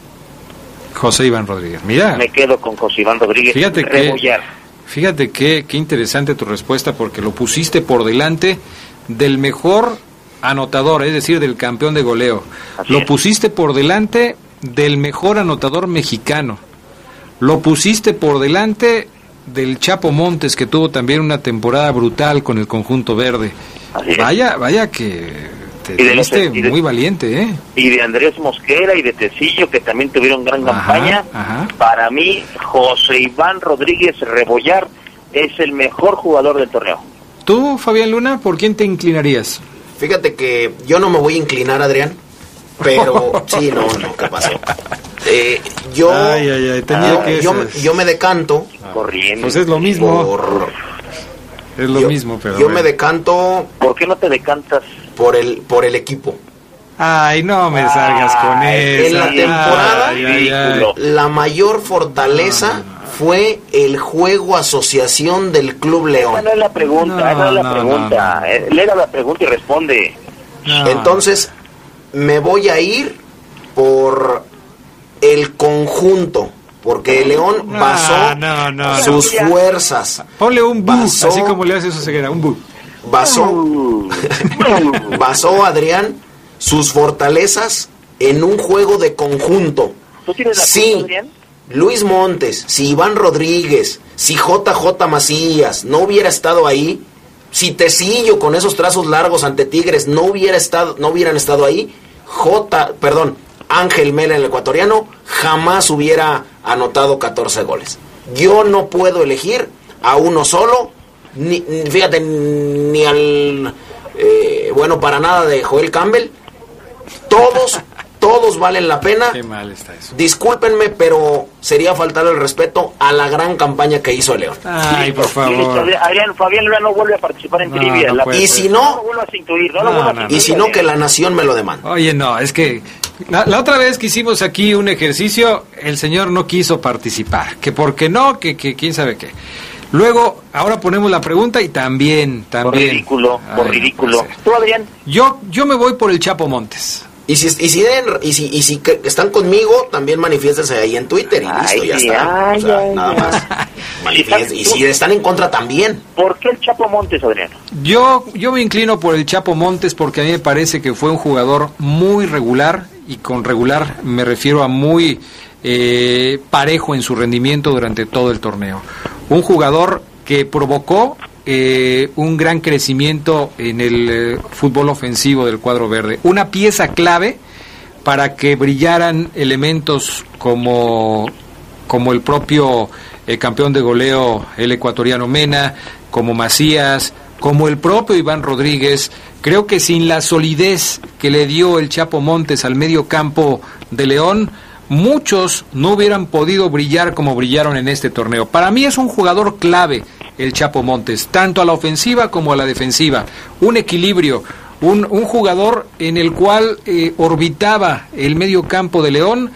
José Iván Rodríguez, mira. Me quedo con José Iván Rodríguez. Fíjate Rebollar. que... Fíjate qué qué interesante tu respuesta, porque lo pusiste por delante del mejor anotador, es decir, del campeón de goleo. Así lo es. pusiste por delante del mejor anotador mexicano. Lo pusiste por delante del Chapo Montes, que tuvo también una temporada brutal con el conjunto verde. Así vaya, es. vaya que te y de viste los, y de, muy valiente, ¿eh? Y de Andrés Mosquera y de Tecillo, que también tuvieron gran Ajá, campaña. ajá. Para mí, José Iván Rodríguez Rebollar es el mejor jugador del torneo. ¿Tú, Fabián Luna, por quién te inclinarías? Fíjate que yo no me voy a inclinar, Adrián, pero sí, no, no, ¿qué pasó? Eh, yo, ay, ay, ay, tenía yo, que yo, yo me decanto. Corriendo. Pues es lo mismo. Por, es lo yo, mismo, pero yo bueno. me decanto. ¿Por qué no te decantas? Por el, por el equipo. Ay, no me salgas con eso. En la temporada, ay, ay, ay. la mayor fortaleza no, no, no. fue el juego asociación del Club León. Esa no es la pregunta, no, esa no es la no, pregunta. no, no. Lea la pregunta y responde. No. Entonces, me voy a ir por el conjunto, porque el León basó no, no, no, sus no. fuerzas. Ponle un bu, basó, así como le hace eso Ceguera, un bu. Basó, basó Adrián sus fortalezas en un juego de conjunto. ¿Tú tienes la sí, punta, Adrián? Luis Montes, si Iván Rodríguez, si J J Macías no hubiera estado ahí, si Tecillo con esos trazos largos ante Tigres no hubiera estado, no hubieran estado ahí, J, perdón, Ángel Mena, el ecuatoriano, jamás hubiera anotado catorce goles. Yo no puedo elegir a uno solo, ni, fíjate, ni al eh, bueno para nada de Joel Campbell. Todos, todos valen la pena. Qué mal está eso. Discúlpenme, pero sería faltar el respeto a la gran campaña que hizo León. Ay, por favor. Adrián, Fabián Luna no vuelve a participar en no, trivia. No y si no, no, no, no, no y si no, que la nación me lo demanda. Oye, no, es que la, la otra vez que hicimos aquí un ejercicio, el señor no quiso participar. Que porque no, que, que quién sabe qué. Luego, ahora ponemos la pregunta y también, también. Por ridículo, Ay, por ridículo. No ¿Tú, Adrián? Yo, yo me voy por el Chapo Montes. Y si, y si, den, y si, y si que están conmigo, también manifiéstense ahí en Twitter y ay, listo, ya está. Ay, o sea, ay, nada ay. más. Manifiesten, y si están en contra también. ¿Por qué el Chapo Montes, Adrián? Yo, yo me inclino por el Chapo Montes porque a mí me parece que fue un jugador muy regular, y con regular me refiero a muy eh, parejo en su rendimiento durante todo el torneo. Un jugador que provocó Eh, un gran crecimiento en el eh, fútbol ofensivo del cuadro verde, una pieza clave para que brillaran elementos como, como el propio eh, campeón de goleo, el ecuatoriano Mena, como Macías, como el propio Iván Rodríguez. Creo que sin la solidez que le dio el Chapo Montes al medio campo de León, muchos no hubieran podido brillar como brillaron en este torneo. Para mí es un jugador clave el Chapo Montes, tanto a la ofensiva como a la defensiva. Un equilibrio, un, un jugador en el cual eh, orbitaba el medio campo de León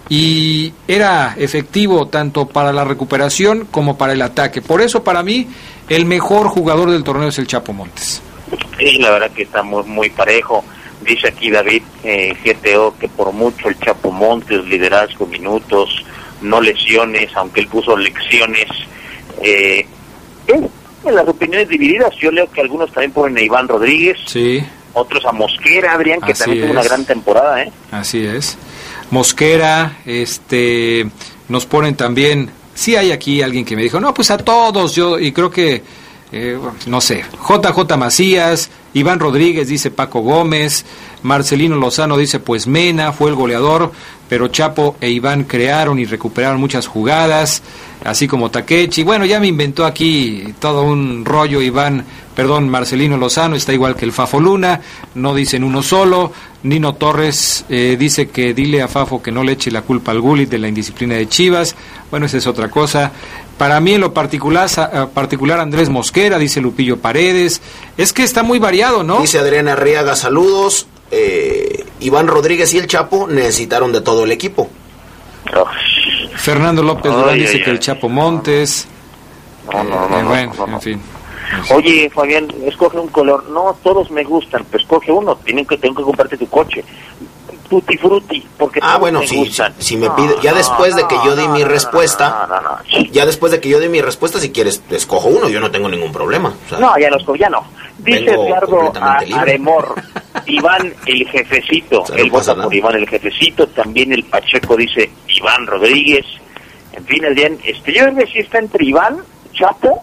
y era efectivo tanto para la recuperación como para el ataque. Por eso, para mí, el mejor jugador del torneo es el Chapo Montes. Sí, la verdad que está muy, muy parejo. Dice aquí David eh, G T O que por mucho el Chapo Montes, liderazgo, minutos, no lesiones, aunque él puso lecciones. Eh, eh, en las opiniones divididas, yo leo que algunos también ponen a Iván Rodríguez, sí, otros a Mosquera, Adrián, que Así también tuvo es. una gran temporada, ¿eh? Así es. Mosquera, este, nos ponen también, sí hay aquí alguien que me dijo, no, pues a todos, yo, y creo que, eh, no sé, J J Macías, Iván Rodríguez, dice Paco Gómez, Marcelino Lozano dice, pues Mena fue el goleador, pero Chapo e Iván crearon y recuperaron muchas jugadas, así como Takechi. Bueno, ya me inventó aquí todo un rollo Iván, perdón, Marcelino Lozano, está igual que el Fafo Luna, no dicen uno solo. Nino Torres eh, dice que dile a Fafo que no le eche la culpa al Gullit de la indisciplina de Chivas. Bueno, esa es otra cosa. Para mí en lo particular, uh, particular Andrés Mosquera, dice Lupillo Paredes. Es que está muy variado, ¿no? Dice Adriana Arriaga, saludos. Eh, Iván Rodríguez y el Chapo necesitaron de todo el equipo. Oh. Fernando López Ay, Durán ay, dice ay. que el Chapo Montes. No, no, no, eh, no, bueno, no, no. en fin. Oye, Fabián, escoge un color. No, todos me gustan, pero escoge uno. Tienen que, tengo que comprarte tu coche. Tutti frutti, porque Ah, todos bueno, me si, gustan. si, si me No, pide, ya no, después de que yo di no, mi no, respuesta, no, no, no. ya después de que yo di mi respuesta, si quieres, escojo uno, yo no tengo ningún problema. O sea, No, ya no escoge, ya no. Dice vengo Edgardo completamente libre. Aremor, Iván el jefecito. O sea, no Él pasa vota por nada. Iván el jefecito. También el Pacheco dice Iván Rodríguez. En fin, Adrián, este, yo creo que sí está entre Iván, Chapo,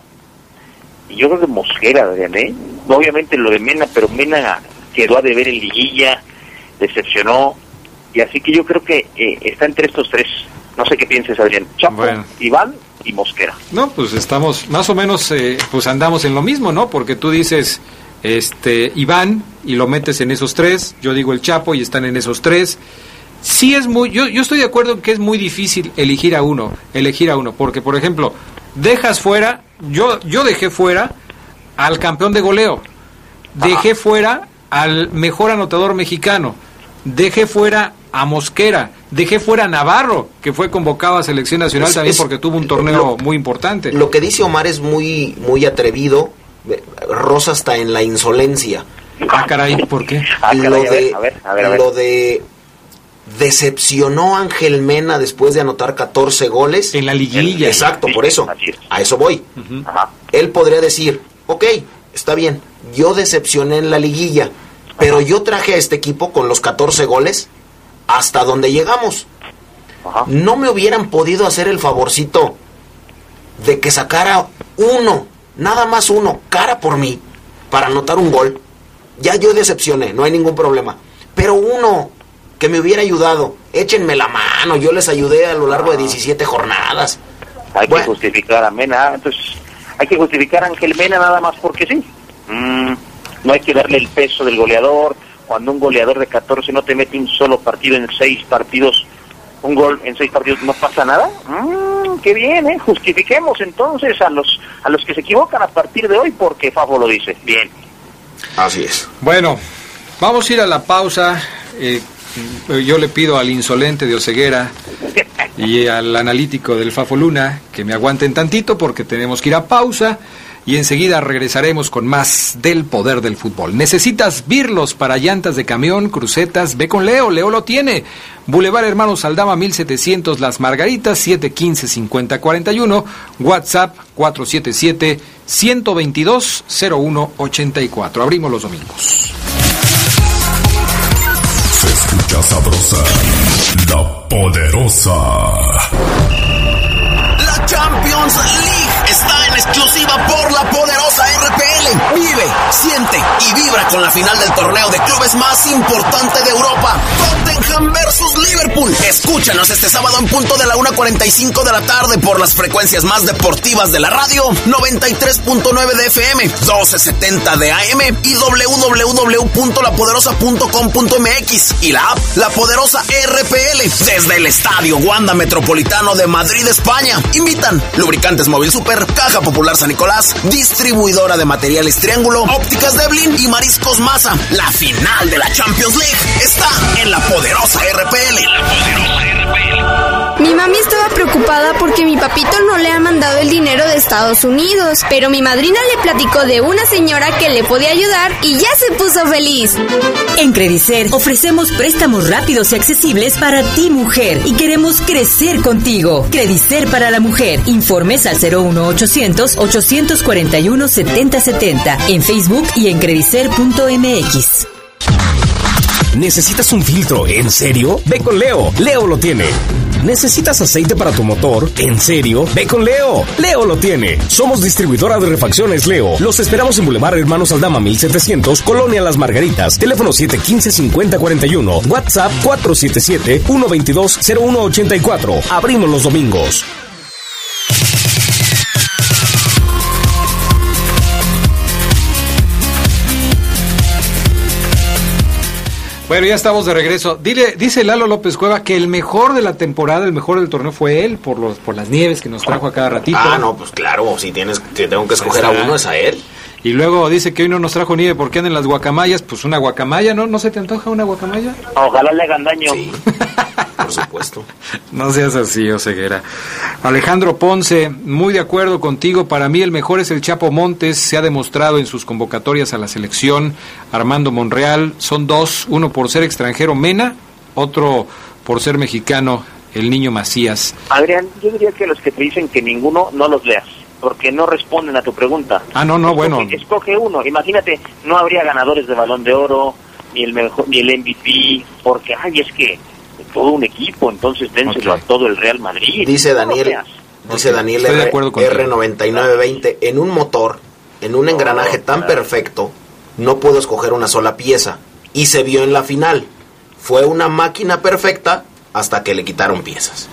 y yo creo que Mosquera, Adrián, ¿eh? Obviamente lo de Mena, pero Mena quedó a deber en liguilla, decepcionó, y así que yo creo que eh, está entre estos tres. No sé qué pienses, Adrián. Chapo, Bueno. Iván y Mosquera. No, pues estamos más o menos, eh, pues andamos en lo mismo, ¿no? Porque tú dices, este, Iván, y lo metes en esos tres, yo digo el Chapo y están en esos tres. Sí es muy, yo, yo estoy de acuerdo en que es muy difícil elegir a uno, elegir a uno, porque por ejemplo, dejas fuera, yo, yo dejé fuera al campeón de goleo, dejé fuera al mejor anotador mexicano, dejé fuera a Mosquera, dejé fuera a Navarro, que fue convocado a selección nacional Es- también es- porque tuvo un torneo lo- muy importante. Lo que dice Omar es muy, muy atrevido, eh, roza hasta en la insolencia. Ah, caray, ¿por qué? Ah, lo caray, a ver, de, a ver, a ver, a ver. lo de decepcionó Ángel Mena después de anotar catorce goles en la liguilla. Exacto, por eso. Así es. A eso voy. Ajá. Él podría decir, ok, está bien, yo decepcioné en la liguilla, pero yo traje a este equipo con los catorce goles hasta donde llegamos. Ajá. No me hubieran podido hacer el favorcito de que sacara uno, nada más uno, cara por mí, para anotar un gol. Ya yo decepcioné, no hay ningún problema. Pero uno que me hubiera ayudado, échenme la mano, yo les ayudé a lo largo de diecisiete jornadas. Hay Bueno. que justificar a Mena, entonces hay que justificar a Ángel Mena nada más porque sí. Mm, no hay que darle el peso del goleador. Cuando un goleador de catorce no te mete un solo partido en seis partidos, un gol en seis partidos, no pasa nada. Mm, qué bien, ¿eh? Justifiquemos entonces a los a los que se equivocan a partir de hoy porque Fafo lo dice. Bien. Así es. Bueno, vamos a ir a la pausa. Eh, yo le pido al insolente de Oseguera y al analítico del Fafo Luna que me aguanten tantito porque tenemos que ir a pausa y enseguida regresaremos con más del poder del fútbol. ¿Necesitas birlos para llantas de camión, crucetas? Ve con Leo, Leo lo tiene. Boulevard Hermanos Aldama mil setecientos Las Margaritas, siete uno cinco, cinco cero cuatro uno, WhatsApp cuatro siete siete, uno dos dos, cero uno ocho cuatro. Abrimos los domingos. Se escucha sabrosa, la poderosa. La Champions League está en exclusiva por la poderosa R P L. Vive, siente y vibra con la final del torneo de clubes más importante de Europa. Tottenham versus Liverpool. Escúchanos este sábado en punto de la una cuarenta y cinco de la tarde por las frecuencias más deportivas de la radio, noventa y tres punto nueve de F M, doce setenta de A M y doble u doble u doble u punto la poderosa punto com punto m x y la app La Poderosa R P L desde el Estadio Wanda Metropolitano de Madrid, España. Invitan Lubricantes Móvil Super, Caja Popular San Nicolás, Distribuidora de Materiales Triángulo, Ópticas Deblin y Mariscos Maza. La final de la Champions League está en La Poderosa R P L. La Poderosa R P L. Mi mami estaba preocupada porque mi papito no le ha mandado el dinero de Estados Unidos, pero mi madrina le platicó de una señora que le podía ayudar y ya se puso feliz. En Credicer ofrecemos préstamos rápidos y accesibles para ti, mujer, y queremos crecer contigo. Credicer para la mujer. Informes al cero uno ochocientos, ochocientos cuarenta y uno, setenta setenta en Facebook y en credicer punto m x. ¿Necesitas un filtro? ¿En serio? Ve con Leo. Leo lo tiene. ¿Necesitas aceite para tu motor? ¿En serio? Ve con Leo. Leo lo tiene. Somos distribuidora de refacciones Leo. Los esperamos en Boulevard Hermanos Aldama mil setecientos, Colonia Las Margaritas. Teléfono siete uno cinco, cinco cero cuatro uno. WhatsApp cuatro siete siete, uno dos dos, cero uno ocho cuatro. Abrimos los domingos. Bueno, ya estamos de regreso. Dile, dice Lalo López Cueva que el mejor de la temporada, el mejor del torneo fue él, por los por las nieves que nos trajo a cada ratito. Ah, no, pues claro, si tienes, si tengo que escoger pues a uno es a él. Y luego dice que hoy no nos trajo nieve porque andan las guacamayas. Pues una guacamaya, ¿no? ¿No se te antoja una guacamaya? Ojalá le hagan daño. Sí, por supuesto. No seas así, Oseguera. Alejandro Ponce, muy de acuerdo contigo. Para mí el mejor es el Chapo Montes. Se ha demostrado en sus convocatorias a la selección. Armando Monreal, son dos. Uno por ser extranjero, Mena. Otro por ser mexicano, el Niño Macías. Adrián, yo diría que los que te dicen que ninguno, no los leas, porque no responden a tu pregunta. Ah, no, no, escoge, bueno. Escoge uno. Imagínate, no habría ganadores de Balón de Oro, ni el mejor, ni el M V P, porque, ay, es que todo un equipo, entonces dénselo okay. a todo el Real Madrid. Dice Daniel, no dice okay. Daniel R, R noventa y nueve veinte, en un motor, en un engranaje no, tan claro. perfecto, no puedo escoger una sola pieza. Y se vio en la final. Fue una máquina perfecta hasta que le quitaron piezas.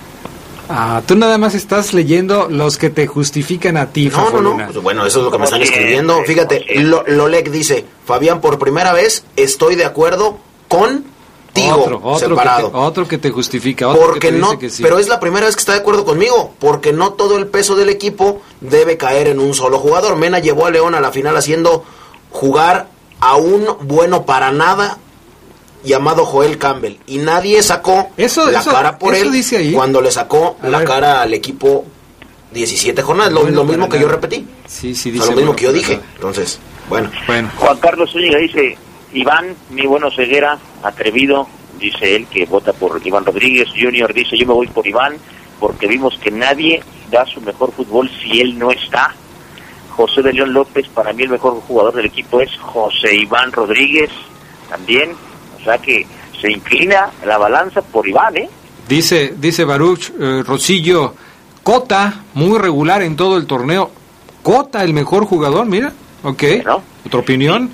Ah, tú nada más estás leyendo los que te justifican a ti, No, no, no. Pues bueno, eso es lo que me están escribiendo. Fíjate, Lo, Lolec dice, Fabián, por primera vez estoy de acuerdo contigo. Otro, otro separado. Que te, otro que te justifica. Otro porque que te no, dice que sí. Pero es la primera vez que está de acuerdo conmigo. Porque no todo el peso del equipo debe caer en un solo jugador. Mena llevó a León a la final haciendo jugar a un bueno para nada llamado Joel Campbell, y nadie sacó eso, la eso, cara por eso él dice ahí. Cuando le sacó a la ver. cara al equipo diecisiete jornadas, lo, lo mismo que yo repetí. Sí, sí, dice, o sea, lo mismo bueno, que yo dije. Entonces, bueno. bueno. Juan Carlos Zúñiga dice, Iván, mi bueno Ceguera, atrevido, dice él que vota por Iván Rodríguez. Junior dice, yo me voy por Iván, porque vimos que nadie da su mejor fútbol si él no está. José de León López, para mí el mejor jugador del equipo es José Iván Rodríguez, también, o sea que se inclina la balanza por Iván, ¿eh? Dice, dice Baruch eh, Rosillo, Cota, muy regular en todo el torneo. Cota, el mejor jugador, mira, ok, ¿no? ¿Otra opinión?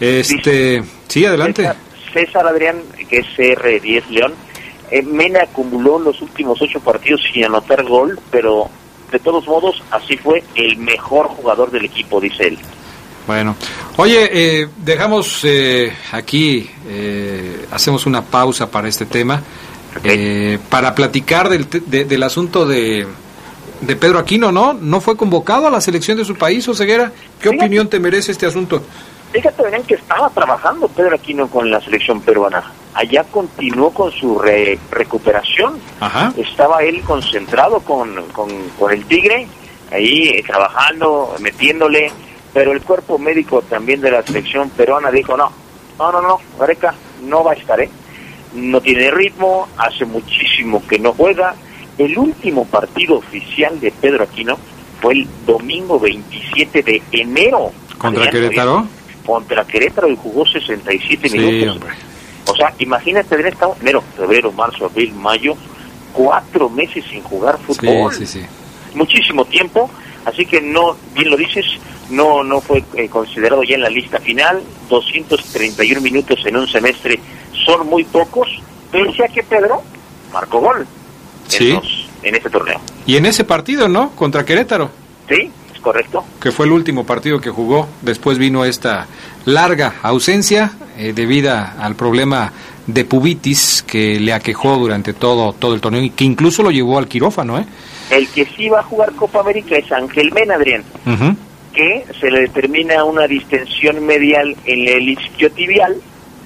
Este, dice, sí, adelante. César, César Adrián, que es C R diez León, eh, Mena acumuló los últimos ocho partidos sin anotar gol, pero de todos modos, así fue el mejor jugador del equipo, dice él. Bueno, oye, eh, dejamos eh, aquí, eh, hacemos una pausa para este tema, okay. eh, para platicar del, de, del asunto de, de Pedro Aquino, ¿no? ¿No fue convocado a la selección de su país, Oseguera? ¿Qué fíjate, opinión te merece este asunto? Fíjate, ven que estaba trabajando Pedro Aquino con la selección peruana. Allá continuó con su re, recuperación. Ajá. Estaba él concentrado con, con, con el Tigre, ahí eh, trabajando, metiéndole... Pero el cuerpo médico también de la selección peruana dijo, no, no, no, no, Gareca no va a estar, ¿eh? No tiene ritmo, hace muchísimo que no juega. El último partido oficial de Pedro Aquino fue el domingo veintisiete de enero. ¿Contra Querétaro? Contra Querétaro y jugó sesenta y siete sí, minutos. Hombre. O sea, imagínate, en esta enero, febrero, marzo, abril, mayo, cuatro meses sin jugar fútbol. Sí, sí, sí. Muchísimo tiempo. Así que no, bien lo dices, no no fue eh, considerado ya en la lista final. Doscientos treinta y uno minutos en un semestre son muy pocos, pese a que Pedro marcó gol sí. en, los, en este torneo. Y en ese partido, ¿no? Contra Querétaro. Sí, es correcto. Que fue el último partido que jugó. Después vino esta larga ausencia eh, debida al problema de pubitis que le aquejó durante todo todo el torneo y que incluso lo llevó al quirófano, ¿eh? El que sí va a jugar Copa América es Ángel Mena, Adrián, uh-huh. que se le determina una distensión medial en el isquiotibial,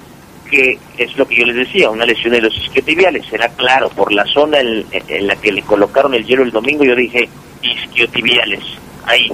que es lo que yo les decía, una lesión de los isquiotibiales. Será claro, por la zona en, en la que le colocaron el hielo el domingo, yo dije isquiotibiales, ahí.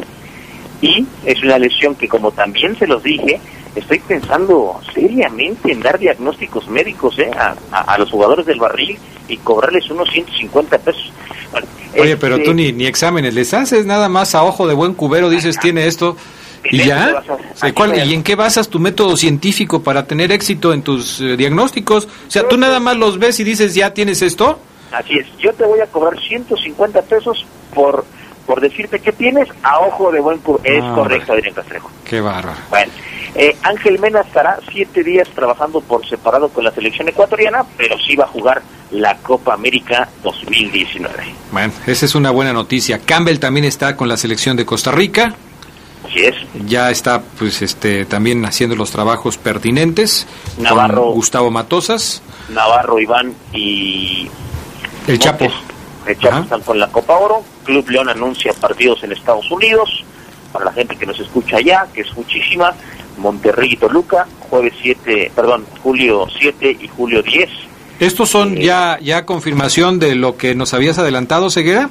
Y es una lesión que, como también se los dije, estoy pensando seriamente en dar diagnósticos médicos eh, a, a, a los jugadores del Barril y cobrarles unos ciento cincuenta pesos. Bueno, Oye, este, pero tú ni, ni exámenes les haces, nada más a ojo de buen cubero dices tiene esto y ya. ¿Cuál, ¿Y en qué basas tu método científico para tener éxito en tus eh, diagnósticos? O sea, tú nada más los ves y dices ya tienes esto. Así es, yo te voy a cobrar ciento cincuenta pesos por por decirte qué tienes a ojo de buen cubero. Es ah, correcto, Adrián Castrejo. Qué bárbaro. Bueno, eh, Ángel Mena estará siete días trabajando por separado con la selección ecuatoriana, pero sí va a jugar la Copa América dos mil diecinueve. Bueno, esa es una buena noticia. Campbell también está con la selección de Costa Rica. Así es. Ya está, pues, este, también haciendo los trabajos pertinentes. Navarro, con Gustavo Matosas. Navarro, Iván y el Chapo. El Chapo están con la Copa Oro. Club León anuncia partidos en Estados Unidos. Para la gente que nos escucha allá, que es muchísima. Monterrey y Toluca, jueves siete, perdón, julio siete y julio diez. ¿Estos son eh, ya ya confirmación de lo que nos habías adelantado, Ceguera?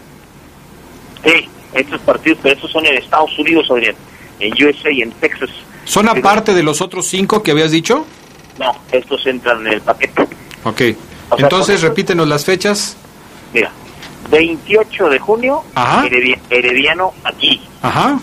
Sí, estos partidos, pero estos son en Estados Unidos, Adrián, en U S A y en Texas. ¿Son aparte de los otros cinco que habías dicho? No, estos entran en el paquete. Ok, o sea, entonces estos, repítenos las fechas. Mira, veintiocho de junio, Ajá. Heredi- Herediano aquí. Ajá.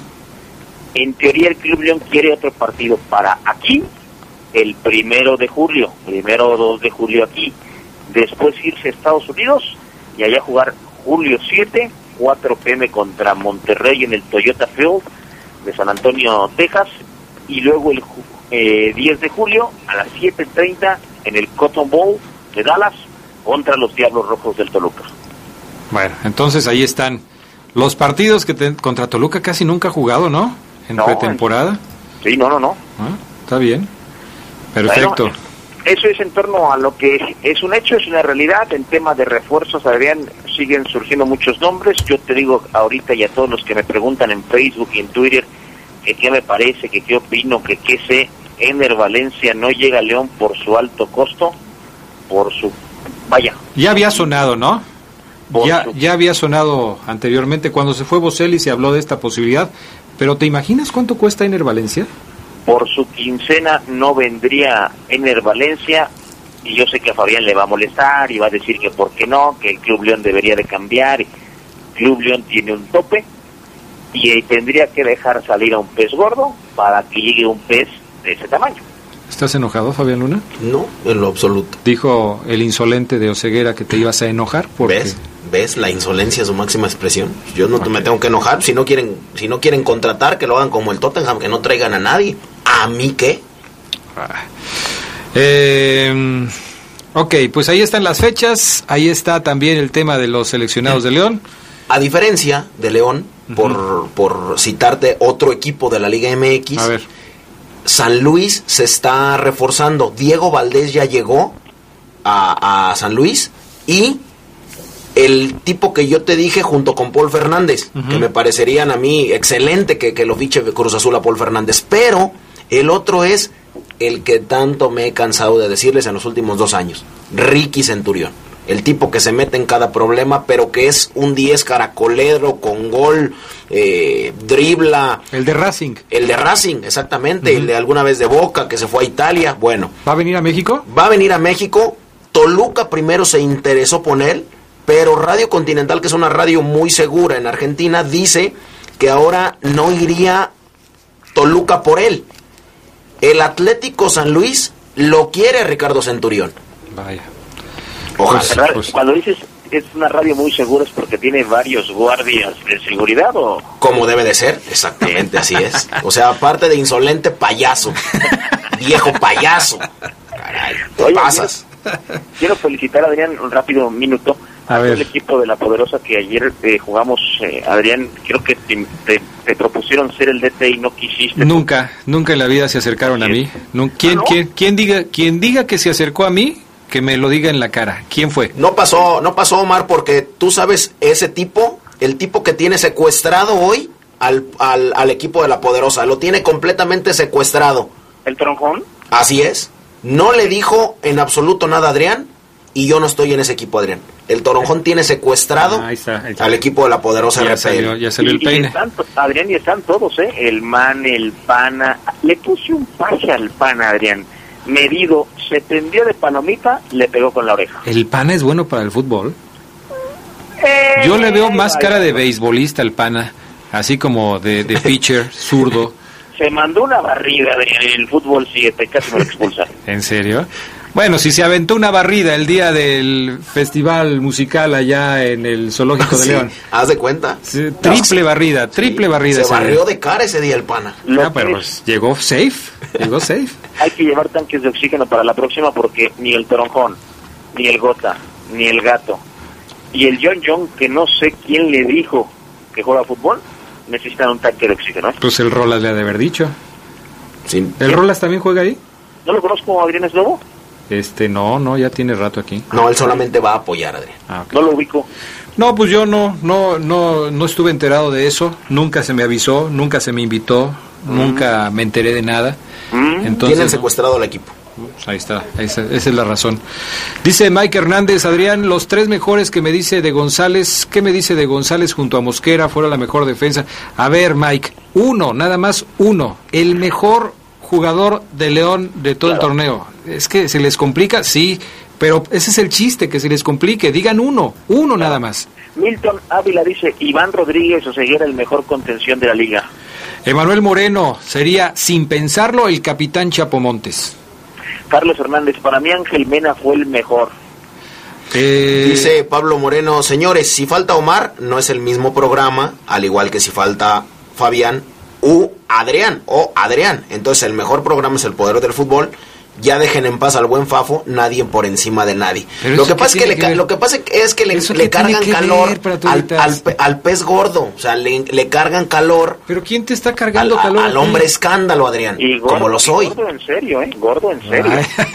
En teoría el Club León quiere otro partido para aquí, el primero de julio, primero o dos de julio aquí, después irse a Estados Unidos y allá jugar julio siete, cuatro pm contra Monterrey en el Toyota Field de San Antonio, Texas, y luego el eh, diez de julio a las siete treinta en el Cotton Bowl de Dallas contra los Diablos Rojos del Toluca. Bueno, entonces ahí están los partidos que te, contra Toluca casi nunca ha jugado, ¿no? En no, pretemporada. Sí, no, no, no. Ah, está bien. Perfecto. Bueno, eso es en torno a lo que es un hecho, es una realidad. En tema de refuerzos, Adrián, siguen surgiendo muchos nombres. Yo te digo ahorita y a todos los que me preguntan en Facebook y en Twitter que qué me parece, que qué opino, que qué sé. Ener Valencia no llega a León por su alto costo, por su... Vaya. Ya había sonado, ¿no? Ya, su... ya había sonado anteriormente. Cuando se fue Boselli se habló de esta posibilidad. Pero ¿te imaginas cuánto cuesta Ener Valencia? Por su quincena no vendría Ener Valencia, y yo sé que a Fabián le va a molestar y va a decir que por qué no, que el Club León debería de cambiar. Club León tiene un tope y tendría que dejar salir a un pez gordo para que llegue un pez de ese tamaño. ¿Estás enojado, Fabián Luna? No, en lo absoluto. Dijo el insolente de Oseguera que te ibas a enojar porque... ¿Ves? ¿Ves? La insolencia es su máxima expresión. Yo no okay. me tengo que enojar. Si no quieren si no quieren contratar, que lo hagan como el Tottenham, que no traigan a nadie. ¿A mí qué? Ah. Eh, ok, pues ahí están las fechas. Ahí está también el tema de los seleccionados de León. A diferencia de León, uh-huh. por, por citarte otro equipo de la Liga M X, a ver. San Luis se está reforzando. Diego Valdés ya llegó a, a San Luis y... el tipo que yo te dije junto con Paul Fernández, uh-huh. que me parecerían a mí excelente que, que lo fiche Cruz Azul a Paul Fernández, pero el otro es el que tanto me he cansado de decirles en los últimos dos años, Ricky Centurión, el tipo que se mete en cada problema, pero que es un diez caracolero con gol, eh, dribla. El de Racing. El de Racing, exactamente, uh-huh. el de alguna vez de Boca, que se fue a Italia, bueno. ¿Va a venir a México? Va a venir a México, Toluca primero se interesó por él, pero Radio Continental, que es una radio muy segura en Argentina, dice que ahora no iría Toluca por él. El Atlético San Luis lo quiere Ricardo Centurión. Vaya. Ojalá. Pues, pues. Cuando dices es una radio muy segura, es porque tiene varios guardias de seguridad, ¿o? Como debe de ser, exactamente, así es. O sea, aparte de insolente payaso, viejo payaso. Caray, ¿qué Oye, pasas? Quiero, quiero felicitar a Adrián, un rápido minuto, a, a ver. El equipo de La Poderosa que ayer eh, jugamos, eh, Adrián, creo que te, te, te propusieron ser el D T y no quisiste. Nunca, nunca en la vida se acercaron a mí. ¿Quién, ¿no? quién, quién, diga, quién diga que se acercó a mí, que me lo diga en la cara. ¿Quién fue? No pasó, no pasó, Omar, porque tú sabes, ese tipo, el tipo que tiene secuestrado hoy al, al, al equipo de La Poderosa, lo tiene completamente secuestrado. ¿El Toronjón? Así es. No le dijo en absoluto nada a Adrián, y yo no estoy en ese equipo, Adrián. El Toronjón tiene secuestrado ah, ahí está, ahí está. al equipo de La Poderosa. Ya salió, ya salió el peine. Y están, Adrián, y están todos, ¿eh? El Man, el Pana. Le puse un pase al Pana, Adrián. Medido, se prendió de palomita, le pegó con la oreja. ¿El Pana es bueno para el fútbol? Eh, Yo le veo más cara de beisbolista al Pana, así como de, de pitcher, zurdo. Se mandó una barrida en el fútbol siete, casi me lo expulsaron. ¿En serio? Bueno, si se aventó una barrida el día del festival musical allá en el Zoológico de sí, León. ¿Haz de cuenta? Sí, triple no, barrida, triple sí, barrida. Se barrió de cara ese día el Pana. Ah, pero pues, llegó safe, llegó safe. Hay que llevar tanques de oxígeno para la próxima porque ni el Toronjón, ni el Gota, ni el Gato, y el John John, que no sé quién le dijo que juega fútbol, necesitan un tanque de oxígeno. ¿eh? Pues el Rolas le ha de haber dicho. Sí. ¿El Rolas también juega ahí? ¿No lo conozco, Adrián es Lobo? Este, no, no, ya tiene rato aquí. No, él solamente va a apoyar, Adrián. Ah, okay. No lo ubico. No, pues yo no, no, no, no estuve enterado de eso. Nunca se me avisó, nunca se me invitó, mm. nunca me enteré de nada. Mm. Entonces, tienen secuestrado al equipo. Pues ahí está, esa, esa es la razón. Dice Mike Hernández, Adrián, los tres mejores que me dice de González, ¿qué me dice de González junto a Mosquera? Fuera la mejor defensa. A ver, Mike, uno, nada más uno, el mejor jugador de León de todo claro. el torneo. Es que se les complica, sí, pero ese es el chiste, que se les complique. Digan uno, uno claro. nada más. Milton Ávila dice, Iván Rodríguez Oseguera el mejor contención de la liga. Emanuel Moreno sería, sin pensarlo, el capitán Chapomontes. Carlos Hernández, para mí Ángel Mena fue el mejor. Eh... Dice Pablo Moreno, señores, si falta Omar, no es el mismo programa, al igual que si falta Fabián u Adrián, o Adrián. Entonces el mejor programa es El Poder del Fútbol. Ya dejen en paz al buen Fafo, nadie por encima de nadie. Lo que, pasa es que le, que lo que pasa es que le, le cargan calor al, al, al pez gordo, o sea, le, le cargan calor. ¿Pero quién te está cargando al, calor? Al hombre escándalo, Adrián, y gordo, como lo soy. Gordo en serio, ¿eh? Gordo en serio.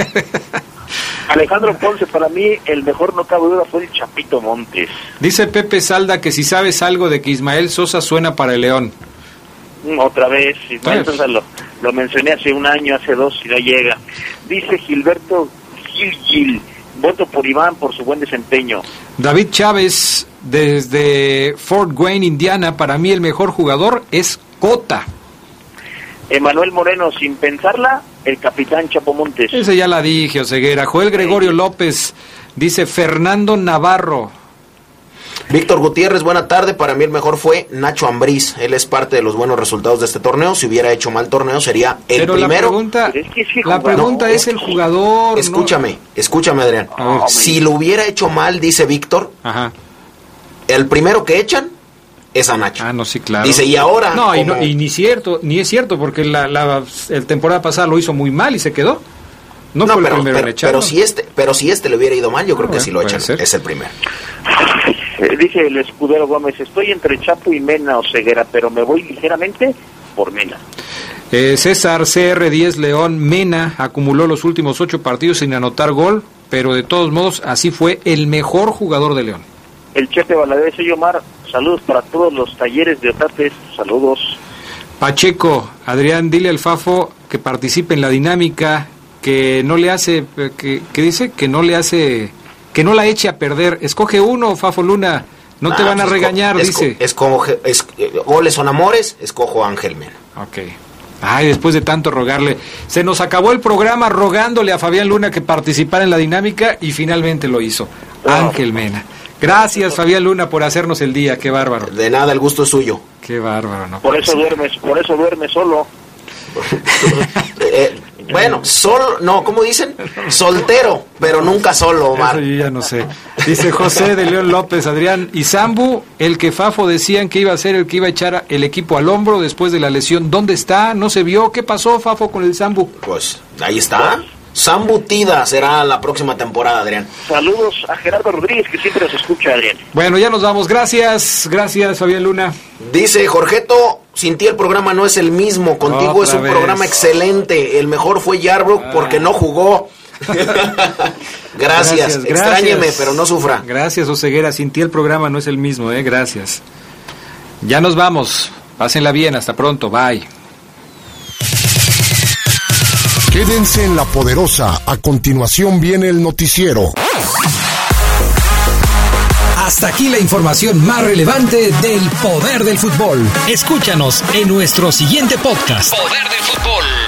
Alejandro Ponce, para mí el mejor, no cabe duda, fue el Chapito Montes. Dice Pepe Salda que si sabes algo de que Ismael Sosa suena para el León. Otra vez, Ismael Sosa lo, lo mencioné hace un año, hace dos, y no llega. Dice Gilberto Gil Gil, voto por Iván por su buen desempeño. David Chávez, desde Fort Wayne, Indiana, para mí el mejor jugador es Cota. Emanuel Moreno, sin pensarla, el capitán Chapomontes. Ese ya la dije, Oseguera. Joel Gregorio sí. López, dice Fernando Navarro. Víctor Gutiérrez, buena tarde. Para mí el mejor fue Nacho Ambriz. Él es parte de los buenos resultados de este torneo. Si hubiera hecho mal torneo sería el Pero primero. La pregunta, es, que sí, la pregunta no, es el jugador. Escúchame, ¿no? escúchame, Adrián. Oh, si lo hubiera hecho mal, dice Víctor, Ajá. el primero que echan es a Nacho. Ah, no, sí, claro. Dice, y ahora... No, como... y, no y ni cierto, ni es cierto, porque la, la el temporada pasada lo hizo muy mal y se quedó. No, no fue pero, el primero pero, en echarlo. Pero si este, pero si este le hubiera ido mal, yo creo bueno, que sí lo echan. Ser. Es el primero. Dice el escudero Gómez, estoy entre Chapo y Mena o Ceguera, pero me voy ligeramente por Mena. Eh, César C R diez León, Mena acumuló los últimos ocho partidos sin anotar gol, pero de todos modos así fue el mejor jugador de León. El Chepe Valadez y Omar, saludos para todos los talleres de Otates, saludos. Pacheco, Adrián, dile al Fafo que participe en la dinámica, que no le hace, que, que dice que no le hace... Que no la eche a perder. Escoge uno, Fafo Luna. No ah, te van a regañar, esco, dice. Escojo, es, goles son amores, escojo a Ángel Mena. Ok. Ay, después de tanto rogarle. Se nos acabó el programa rogándole a Fabián Luna que participara en la dinámica y finalmente lo hizo. Oh. Ángel Mena. Gracias, Fabián Luna, por hacernos el día. Qué bárbaro. De nada, el gusto es suyo. Qué bárbaro, ¿no? Por eso duermes, por eso duermes solo. eh, Bueno, sol, no, ¿cómo dicen? Soltero, pero nunca solo, Omar. Eso yo ya no sé. Dice José de León López, Adrián, y Sambu, el que Fafo decían que iba a ser el que iba a echar el equipo al hombro después de la lesión, ¿dónde está? ¿No se vio? ¿Qué pasó, Fafo, con el Sambu? Pues, ahí está. Sambu Tida será la próxima temporada, Adrián. Saludos a Gerardo Rodríguez, que siempre nos escucha, Adrián. Bueno, ya nos vamos. Gracias, gracias, Fabián Luna. Dice Jorgeto, sin ti el programa no es el mismo. Contigo Otra es un vez. programa excelente. El mejor fue Yarbrough ah. porque no jugó. gracias, gracias, extrañeme, gracias. Pero no sufra. Gracias, Oseguera. Sin ti el programa no es el mismo, eh. Gracias. Ya nos vamos. Pásenla bien. Hasta pronto. Bye. Quédense en La Poderosa. A continuación viene el noticiero. Hasta aquí la información más relevante del poder del fútbol. Escúchanos en nuestro siguiente podcast. Poder del fútbol.